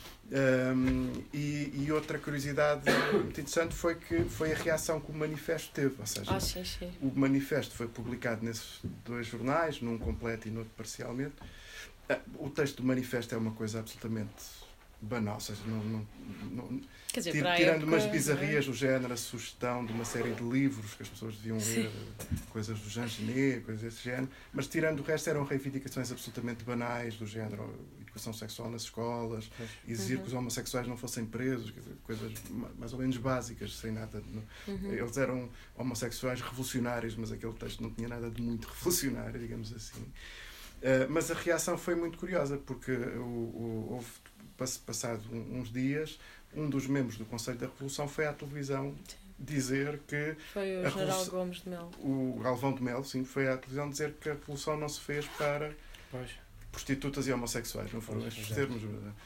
Um, e, e outra curiosidade muito interessante foi que foi a reação que o manifesto teve, ou seja, ah, sim, sim. o manifesto foi publicado nesses dois jornais, num completo e no outro parcialmente. O texto do manifesto é uma coisa absolutamente banal, ou seja, não, não, não, Quer dizer, tirando época, umas bizarrias do género, a sugestão de uma série de livros que as pessoas deviam ler, sim. coisas do Jean Genet, coisas desse género, mas tirando o resto eram reivindicações absolutamente banais do género educação sexual nas escolas, exigir uhum. que os homossexuais não fossem presos, quer dizer, coisas mais ou menos básicas, sem nada de, uhum. eles eram homossexuais revolucionários, mas aquele texto não tinha nada de muito revolucionário, digamos assim. Uh, mas a reação foi muito curiosa, porque o, o, houve, passado uns dias, um dos membros do Conselho da Revolução foi à televisão dizer que... Foi o General Gomes de Melo. O Galvão de Melo, sim, foi à televisão dizer que a Revolução não se fez para pois. prostitutas e homossexuais, não foram estes termos.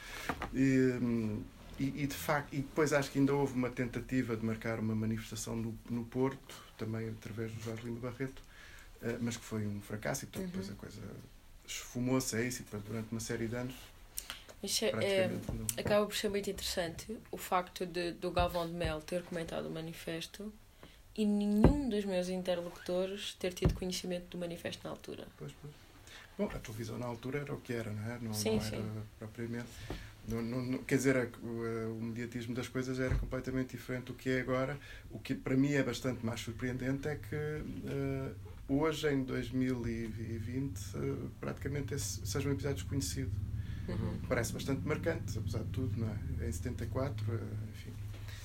E, e, e, de facto, e depois acho que ainda houve uma tentativa de marcar uma manifestação no, no Porto, também através do Jorge Lima Barreto, uh, mas que foi um fracasso e portanto, uhum. depois a coisa... esfumou-se a isso e depois, durante uma série de anos Isso é, não... acaba por ser muito interessante o facto de, do Galvão de Melo ter comentado o manifesto e nenhum dos meus interlocutores ter tido conhecimento do manifesto na altura. Pois, pois. Bom, a televisão na altura era o que era, não é? Não, sim, não era sim. propriamente... Não, não, não, quer dizer, o, o mediatismo das coisas era completamente diferente do que é agora. O que para mim é bastante mais surpreendente é que uh, hoje, em dois mil e vinte, uh, praticamente esse seja um episódio desconhecido. Uhum. Parece bastante marcante, apesar de tudo, não é? Em setenta e quatro, uh, enfim,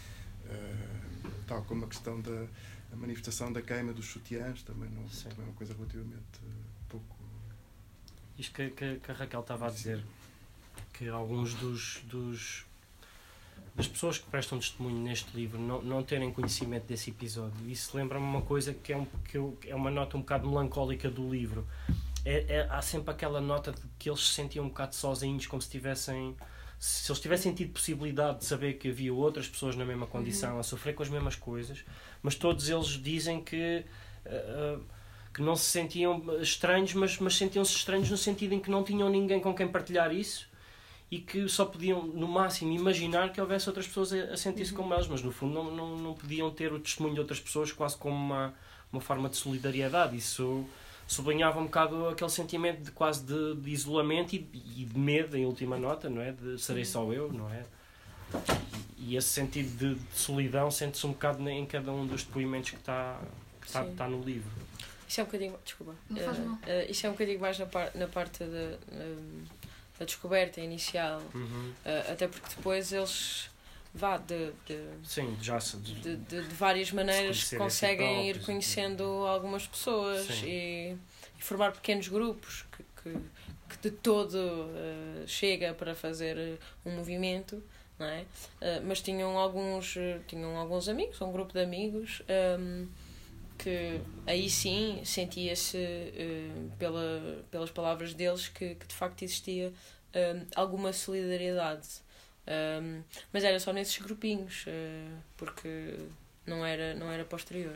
uh, tal como a questão da a manifestação da queima dos sutiãs, também, não, também é uma coisa relativamente uh, pouco... Isto que, que, que a Raquel estava a dizer, que alguns dos, dos das pessoas que prestam testemunho neste livro não, não terem conhecimento desse episódio. Isso lembra-me uma coisa que é, um, que eu, é uma nota um bocado melancólica do livro. É, é, há sempre aquela nota de que eles se sentiam um bocado sozinhos, como se tivessem se eles tivessem tido possibilidade de saber que havia outras pessoas na mesma condição, uhum. a sofrer com as mesmas coisas, mas todos eles dizem que uh, que não se sentiam estranhos, mas, mas sentiam-se estranhos no sentido em que não tinham ninguém com quem partilhar isso e que só podiam, no máximo, imaginar que houvesse outras pessoas a, a sentir-se uhum. como elas, mas no fundo não, não, não podiam ter o testemunho de outras pessoas quase como uma, uma forma de solidariedade. Isso sublinhava um bocado aquele sentimento de quase de, de isolamento e, e de medo, em última nota, não é? De serei só eu, não é? e esse sentido de, de solidão sente-se um bocado em cada um dos depoimentos que está que está, está no livro. Isso é um bocadinho... Desculpa. Não faz mal. Uh, uh, isso é um bocadinho mais na, par, na parte da, um, da descoberta inicial. Uhum. Uh, até porque depois eles... Vá, de, de, Sim, já se... De, de, de, de várias maneiras conseguem si ir conhecendo algumas pessoas e, e formar pequenos grupos que, que, que de todo uh, chega para fazer um movimento, não é? Uh, mas tinham alguns, tinham alguns amigos, um grupo de amigos, um, que aí sim sentia-se, uh, pela, pelas palavras deles, que, que de facto existia um, alguma solidariedade. Um, mas era só nesses grupinhos, uh, porque não era, não era posterior.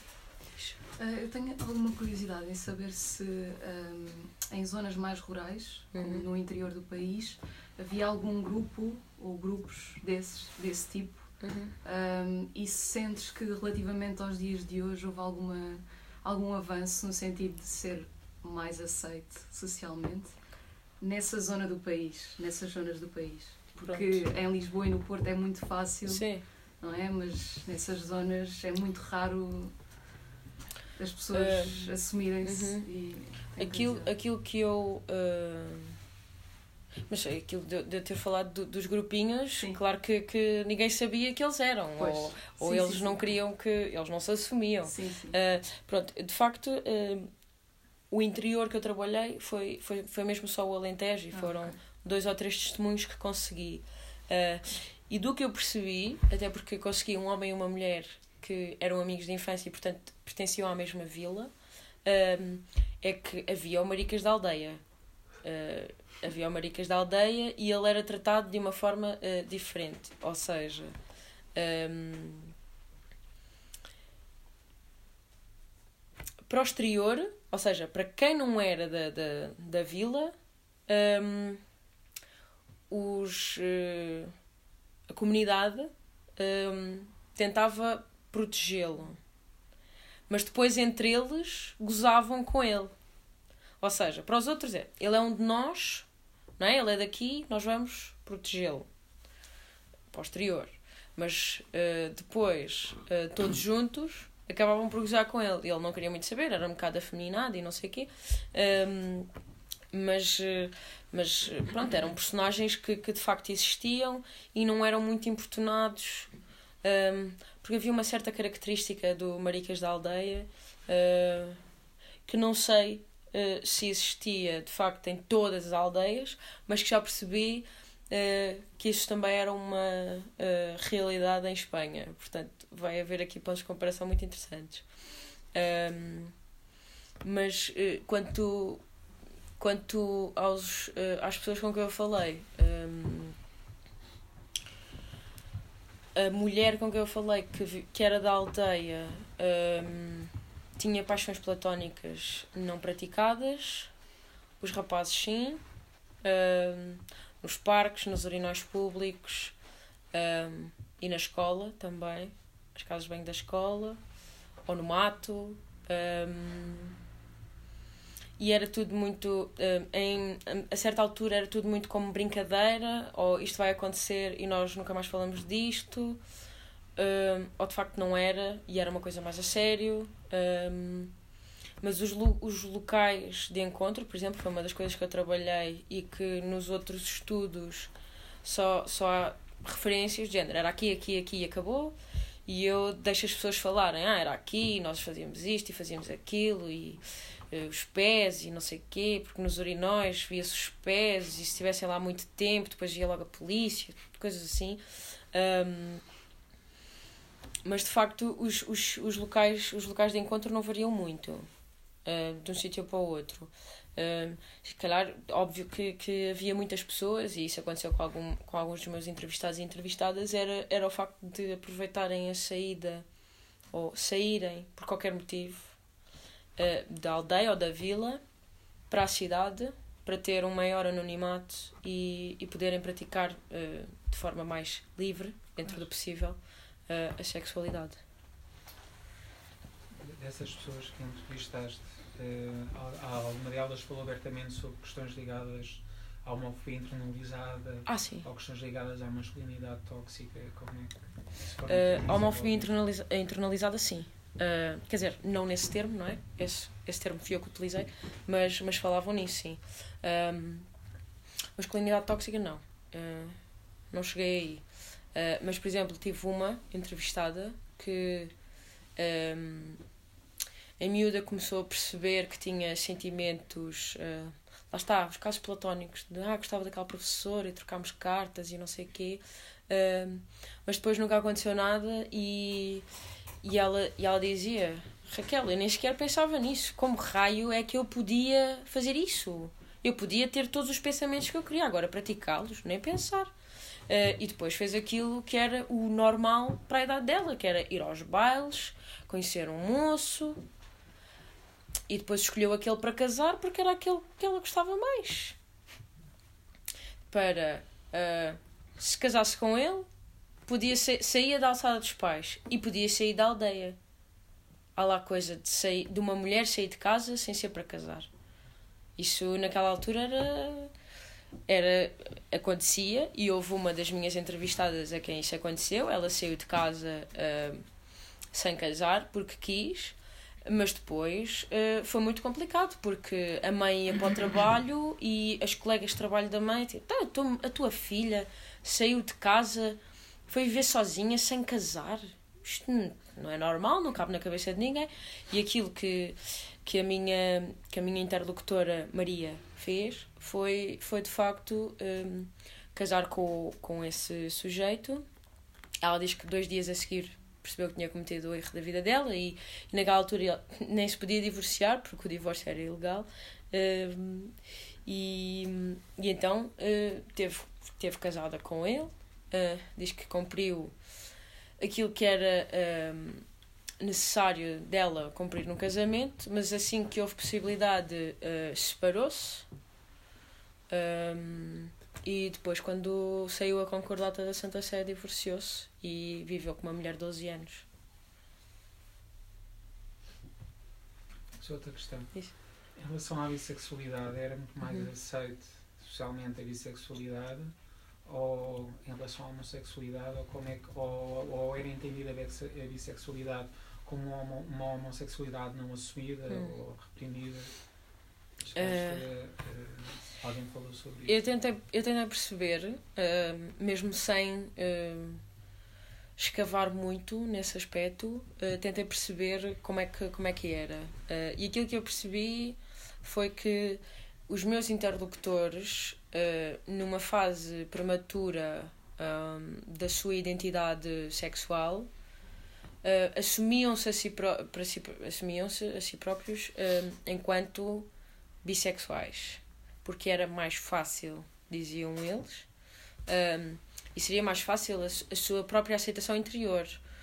Uh, eu tenho alguma curiosidade em saber se um, em zonas mais rurais, uhum. como no interior do país, havia algum grupo ou grupos desses, desse tipo, uhum. um, e se sentes que relativamente aos dias de hoje houve alguma, algum avanço no sentido de ser mais aceite socialmente nessa zona do país, nessas zonas do país. Porque Pronto. Em Lisboa e no Porto é muito fácil, Sim. não é? Mas nessas zonas é muito raro as pessoas uh, assumirem-se. Uh-huh. E aquilo, aquilo que eu... Uh, mas aquilo de, de eu ter falado do, dos grupinhos, sim. claro que, que ninguém sabia que eles eram. Pois. Ou, ou sim, eles sim, não sim. queriam que... Eles não se assumiam. Sim, sim. Uh, pronto, de facto... Uh, o interior que eu trabalhei foi, foi, foi mesmo só o Alentejo e ah, foram... Okay. dois ou três testemunhos que consegui. Uh, e do que eu percebi, até porque consegui um homem e uma mulher que eram amigos de infância e, portanto, pertenciam à mesma vila, uh, é que havia o Maricas da aldeia. Uh, havia o Maricas da aldeia e ele era tratado de uma forma uh, diferente. Ou seja... Um, para o exterior, ou seja, para quem não era da, da, da vila... Um, Os, uh, a comunidade um, tentava protegê-lo, mas depois entre eles gozavam com ele. Ou seja, para os outros é, ele é um de nós, não é? Ele é daqui, nós vamos protegê-lo. Posterior. Mas uh, depois, uh, todos juntos, acabavam por gozar com ele. Ele não queria muito saber, era um bocado afeminado e não sei o quê. Um, mas... Uh, Mas, pronto, eram personagens que, que de facto existiam e não eram muito importunados, um, porque havia uma certa característica do Maricas da aldeia uh, que não sei uh, se existia de facto em todas as aldeias, mas que já percebi uh, que isso também era uma uh, realidade em Espanha. Portanto, vai haver aqui pontos de comparação muito interessantes. Um, mas uh, quanto... Quanto aos, uh, às pessoas com quem eu falei, um, a mulher com quem eu falei, que, vi, que era da aldeia, um, tinha paixões platónicas não praticadas, os rapazes sim, um, nos parques, nos urinóis públicos um, e na escola também, as casas de banho da escola, ou no mato. Um, E era tudo muito, em, a certa altura era tudo muito como brincadeira, ou isto vai acontecer e nós nunca mais falamos disto, ou de facto não era, e era uma coisa mais a sério. Mas os, os locais de encontro, por exemplo, foi uma das coisas que eu trabalhei e que nos outros estudos só, só há referências de género, era aqui, aqui, aqui e acabou, e eu deixo as pessoas falarem, ah, era aqui, nós fazíamos isto e fazíamos aquilo, e... os pés e não sei o quê, porque nos urinóis via-se os pés e se estivessem lá muito tempo depois ia logo a polícia, coisas assim. Um, mas de facto os, os, os, locais, os locais de encontro não variam muito uh, de um sítio para o outro. Uh, se calhar, óbvio que, que havia muitas pessoas, e isso aconteceu com, algum, com alguns dos meus entrevistados e entrevistadas, era, era o facto de aproveitarem a saída ou saírem por qualquer motivo da aldeia ou da vila para a cidade, para ter um maior anonimato e, e poderem praticar uh, de forma mais livre, dentro do possível, uh, a sexualidade. Dessas pessoas que entrevistaste, uh, alguma delas falou abertamente sobre questões ligadas a homofobia internalizada, ah, sim. ou questões ligadas à masculinidade tóxica, como é que... Uh, a homofobia internaliza internalizada, sim. Uh, quer dizer, não nesse termo, não é? Esse, esse termo fui eu que utilizei, mas, mas falavam nisso, sim. Um, masculinidade tóxica, não. Uh, não cheguei aí. Uh, mas, por exemplo, tive uma entrevistada que um, a miúda começou a perceber que tinha sentimentos... Uh, lá está, os casos platónicos, de ah, gostava daquela professora e trocámos cartas e não sei o quê, uh, mas depois nunca aconteceu nada e, e, ela, e ela dizia, Raquel, eu nem sequer pensava nisso, como raio é que eu podia fazer isso? Eu podia ter todos os pensamentos que eu queria, agora praticá-los, nem pensar. Uh, e depois fez aquilo que era o normal para a idade dela, que era ir aos bailes, conhecer um moço... E depois escolheu aquele para casar porque era aquele que ela gostava mais. Para, uh, se casasse com ele, podia ser, saía da alçada dos pais e podia sair da aldeia. Há lá coisa de, sair, de uma mulher sair de casa sem ser para casar. Isso naquela altura era, era, acontecia e houve uma das minhas entrevistadas a quem isso aconteceu. Ela saiu de casa uh, sem casar porque quis. Mas depois uh, foi muito complicado, porque a mãe ia para o trabalho e as colegas de trabalho da mãe, tipo, a tua filha saiu de casa, foi viver sozinha, sem casar. Isto não é normal, não cabe na cabeça de ninguém. E aquilo que, que, a, minha, que a minha interlocutora Maria fez foi, foi de facto, um, casar com, com esse sujeito. Ela diz que dois dias a seguir percebeu que tinha cometido o erro da vida dela e, e naquela altura nem se podia divorciar porque o divórcio era ilegal uh, e, e então uh, teve, teve casada com ele, uh, diz que cumpriu aquilo que era uh, necessário dela cumprir no casamento, mas assim que houve possibilidade uh, separou-se uh, e depois quando saiu a concordata da Santa Sé divorciou-se e viveu com uma mulher de doze anos. Isso é outra questão. Isso. Em relação à bissexualidade, era muito mais uhum. aceito socialmente a bissexualidade ou em relação à homossexualidade, ou, como é que, ou, ou era entendida a bissexualidade como uma, uma homossexualidade não assumida hum. ou reprimida? Acho que uh, uh, alguém falou sobre isso. Eu tentei, eu tentei perceber, uh, mesmo sem uh, escavar muito nesse aspecto, uh, tentei perceber como é que, como é que era. Uh, e aquilo que eu percebi foi que os meus interlocutores, uh, numa fase prematura um, da sua identidade sexual, uh, assumiam-se a si, pro, para si, assumiam-se a si próprios uh, enquanto bissexuais, porque era mais fácil, diziam eles, um, e seria mais fácil a, a sua própria aceitação interior.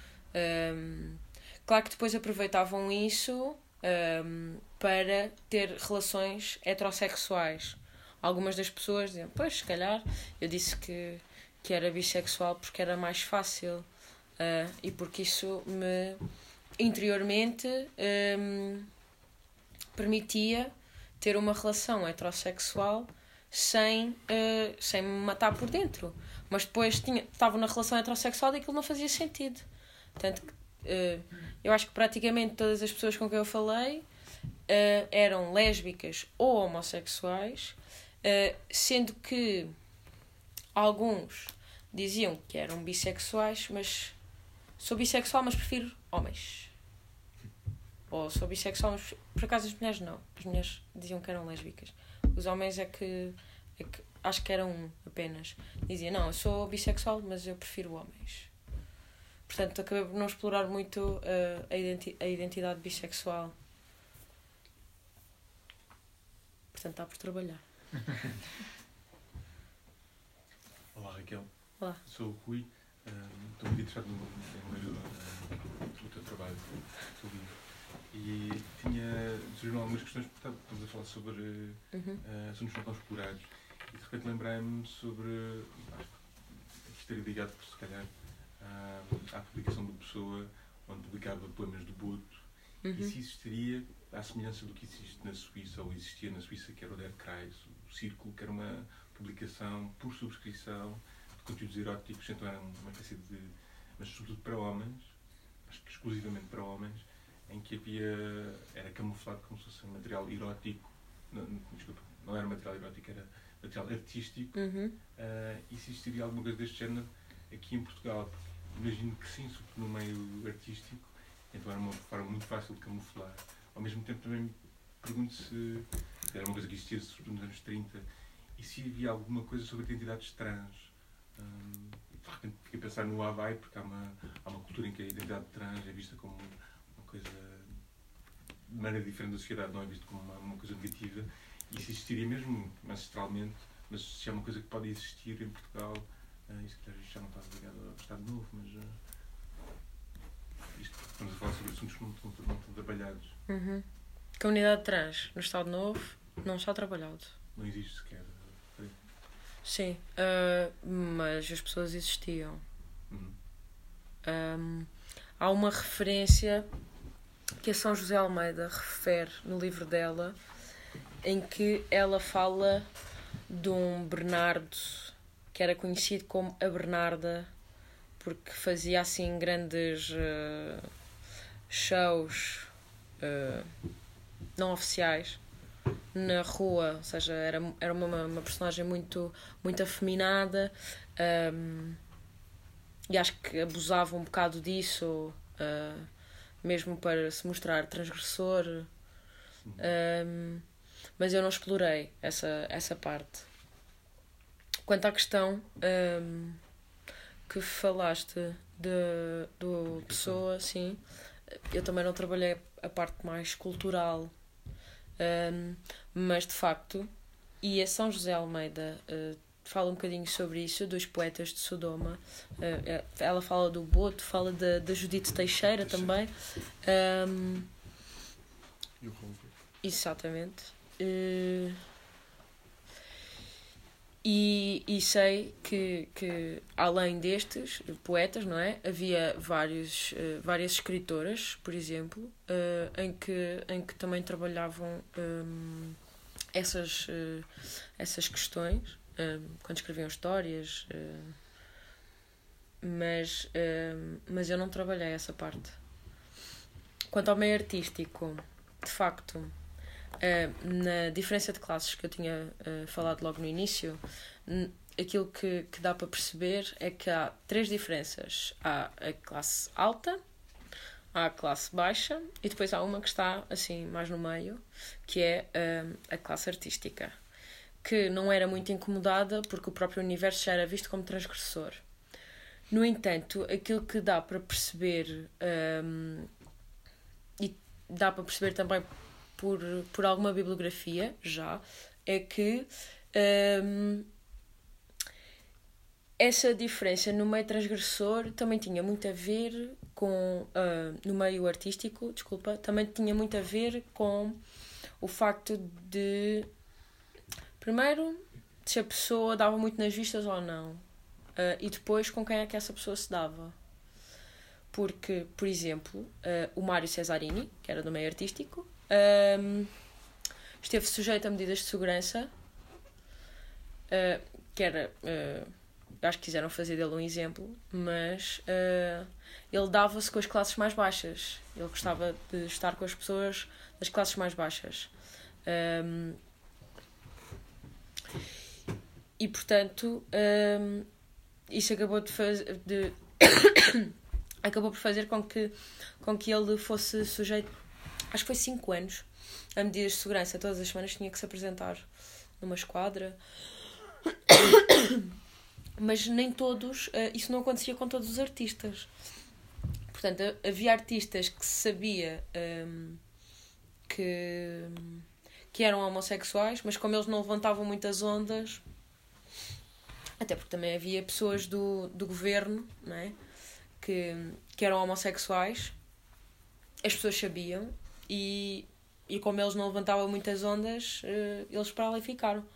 Um, claro que depois aproveitavam isso um, para ter relações heterossexuais. Algumas das pessoas diziam, pois, se calhar, eu disse que, que era bissexual porque era mais fácil uh, e porque isso me, interiormente, um, permitia ter uma relação heterossexual sem, uh, sem me matar por dentro. Mas depois tinha, estava na relação heterossexual e aquilo não fazia sentido. Portanto, uh, eu acho que praticamente todas as pessoas com quem eu falei uh, eram lésbicas ou homossexuais, uh, sendo que alguns diziam que eram bissexuais, mas sou bissexual, mas prefiro homens. Ou sou bissexual, mas por acaso as mulheres não. As mulheres diziam que eram lésbicas. Os homens é que, é que acho que eram um apenas. Diziam, não, eu sou bissexual, mas eu prefiro homens. Portanto, acabei por não explorar muito uh, a, identi- a identidade bissexual. Portanto, está por trabalhar. Olá, Raquel. Olá. Sou o Rui. Uh, estou muito interessado no, no, no, no, no teu trabalho, no teu livro. E tinha surgiram algumas questões, porque estamos a falar sobre uhum. uh, assuntos não tão explorados. E de repente lembrei-me sobre. Acho que estaria ligado, se calhar, uh, à publicação de uma pessoa onde publicava poemas do Boto. Uhum. E se existiria, à semelhança do que existe na Suíça, ou existia na Suíça, que era o Der Kreis, o círculo, que era uma, publicação, por subscrição, de conteúdos eróticos, então era uma espécie de... mas sobretudo para homens, acho que exclusivamente para homens, em que havia... era camuflado como se fosse um material erótico, não, não, desculpa, não era material erótico, era material artístico, Uhum. uh, e se existiria alguma coisa deste género aqui em Portugal, imagino que sim, sobretudo no meio artístico, então era uma forma muito fácil de camuflar. Ao mesmo tempo também me pergunto se era uma coisa que existia sobretudo nos anos trinta, e se havia alguma coisa sobre identidades trans. Um, de repente fiquei a pensar no Havaí, porque há uma, há uma cultura em que a identidade trans é vista como uma coisa de maneira diferente da sociedade, não é visto como uma, uma coisa negativa, e se existiria mesmo ancestralmente, mas se é uma coisa que pode existir em Portugal, uh, isso que já não está ligado ao Estado Novo, mas uh, isto, estamos a falar sobre assuntos que não estão, não estão trabalhados. Uhum. Comunidade trans no Estado Novo não está trabalhado. Não existe sequer. Uh, Sim, uh, mas as pessoas existiam. uhum. Um, há uma referência que a São José Almeida refere no livro dela, em que ela fala de um Bernardo que era conhecido como a Bernarda, porque fazia assim grandes uh, shows uh, não oficiais na rua, ou seja, era, era uma, uma personagem muito, muito afeminada, um, e acho que abusava um bocado disso, uh, mesmo para se mostrar transgressor, um, mas eu não explorei essa, essa parte. Quanto à questão um, que falaste de, do Pessoa, sim, eu também não trabalhei a parte mais cultural, um, mas de facto, e a São José Almeida uh, fala um bocadinho sobre isso, dos poetas de Sodoma. Uh, ela fala do Boto, fala da, da Judite Teixeira também. Um, E o Roubo. Exatamente. Uh, e, e sei que, que, além destes poetas, não é? Havia vários, uh, várias escritoras, por exemplo, uh, em, que, em que também trabalhavam um, essas, uh, essas questões, um, quando escreviam histórias, uh, mas, uh, mas eu não trabalhei essa parte. Quanto ao meio artístico, de facto, uh, na diferença de classes que eu tinha uh, falado logo no início, n- aquilo que, que dá para perceber é que há três diferenças. Há a classe alta, há a classe baixa e depois há uma que está assim mais no meio, que é uh, a classe artística, que não era muito incomodada porque o próprio universo já era visto como transgressor. No entanto, aquilo que dá para perceber, um, e dá para perceber também por, por alguma bibliografia já, é que um, essa diferença no meio transgressor também tinha muito a ver com, uh, no meio artístico, desculpa, também tinha muito a ver com o facto de, primeiro, se a pessoa dava muito nas vistas ou não. Uh, e depois com quem é que essa pessoa se dava. Porque, por exemplo, uh, o Mário Cesarini, que era do meio artístico, um, esteve sujeito a medidas de segurança, uh, que era, uh, acho que quiseram fazer dele um exemplo, mas uh, ele dava-se com as classes mais baixas. Ele gostava de estar com as pessoas das classes mais baixas. Um, e, portanto... Um, isso acabou de fazer de acabou por fazer com que com que ele fosse sujeito, acho que foi cinco anos a medidas de segurança. Todas as semanas tinha que se apresentar numa esquadra, mas nem todos, isso não acontecia com todos os artistas. Portanto, havia artistas que se sabia um, que que eram homossexuais, mas como eles não levantavam muitas ondas, até porque também havia pessoas do, do governo, não é? que, que eram homossexuais, as pessoas sabiam, e, e como eles não levantavam muitas ondas, eles para ali ficaram.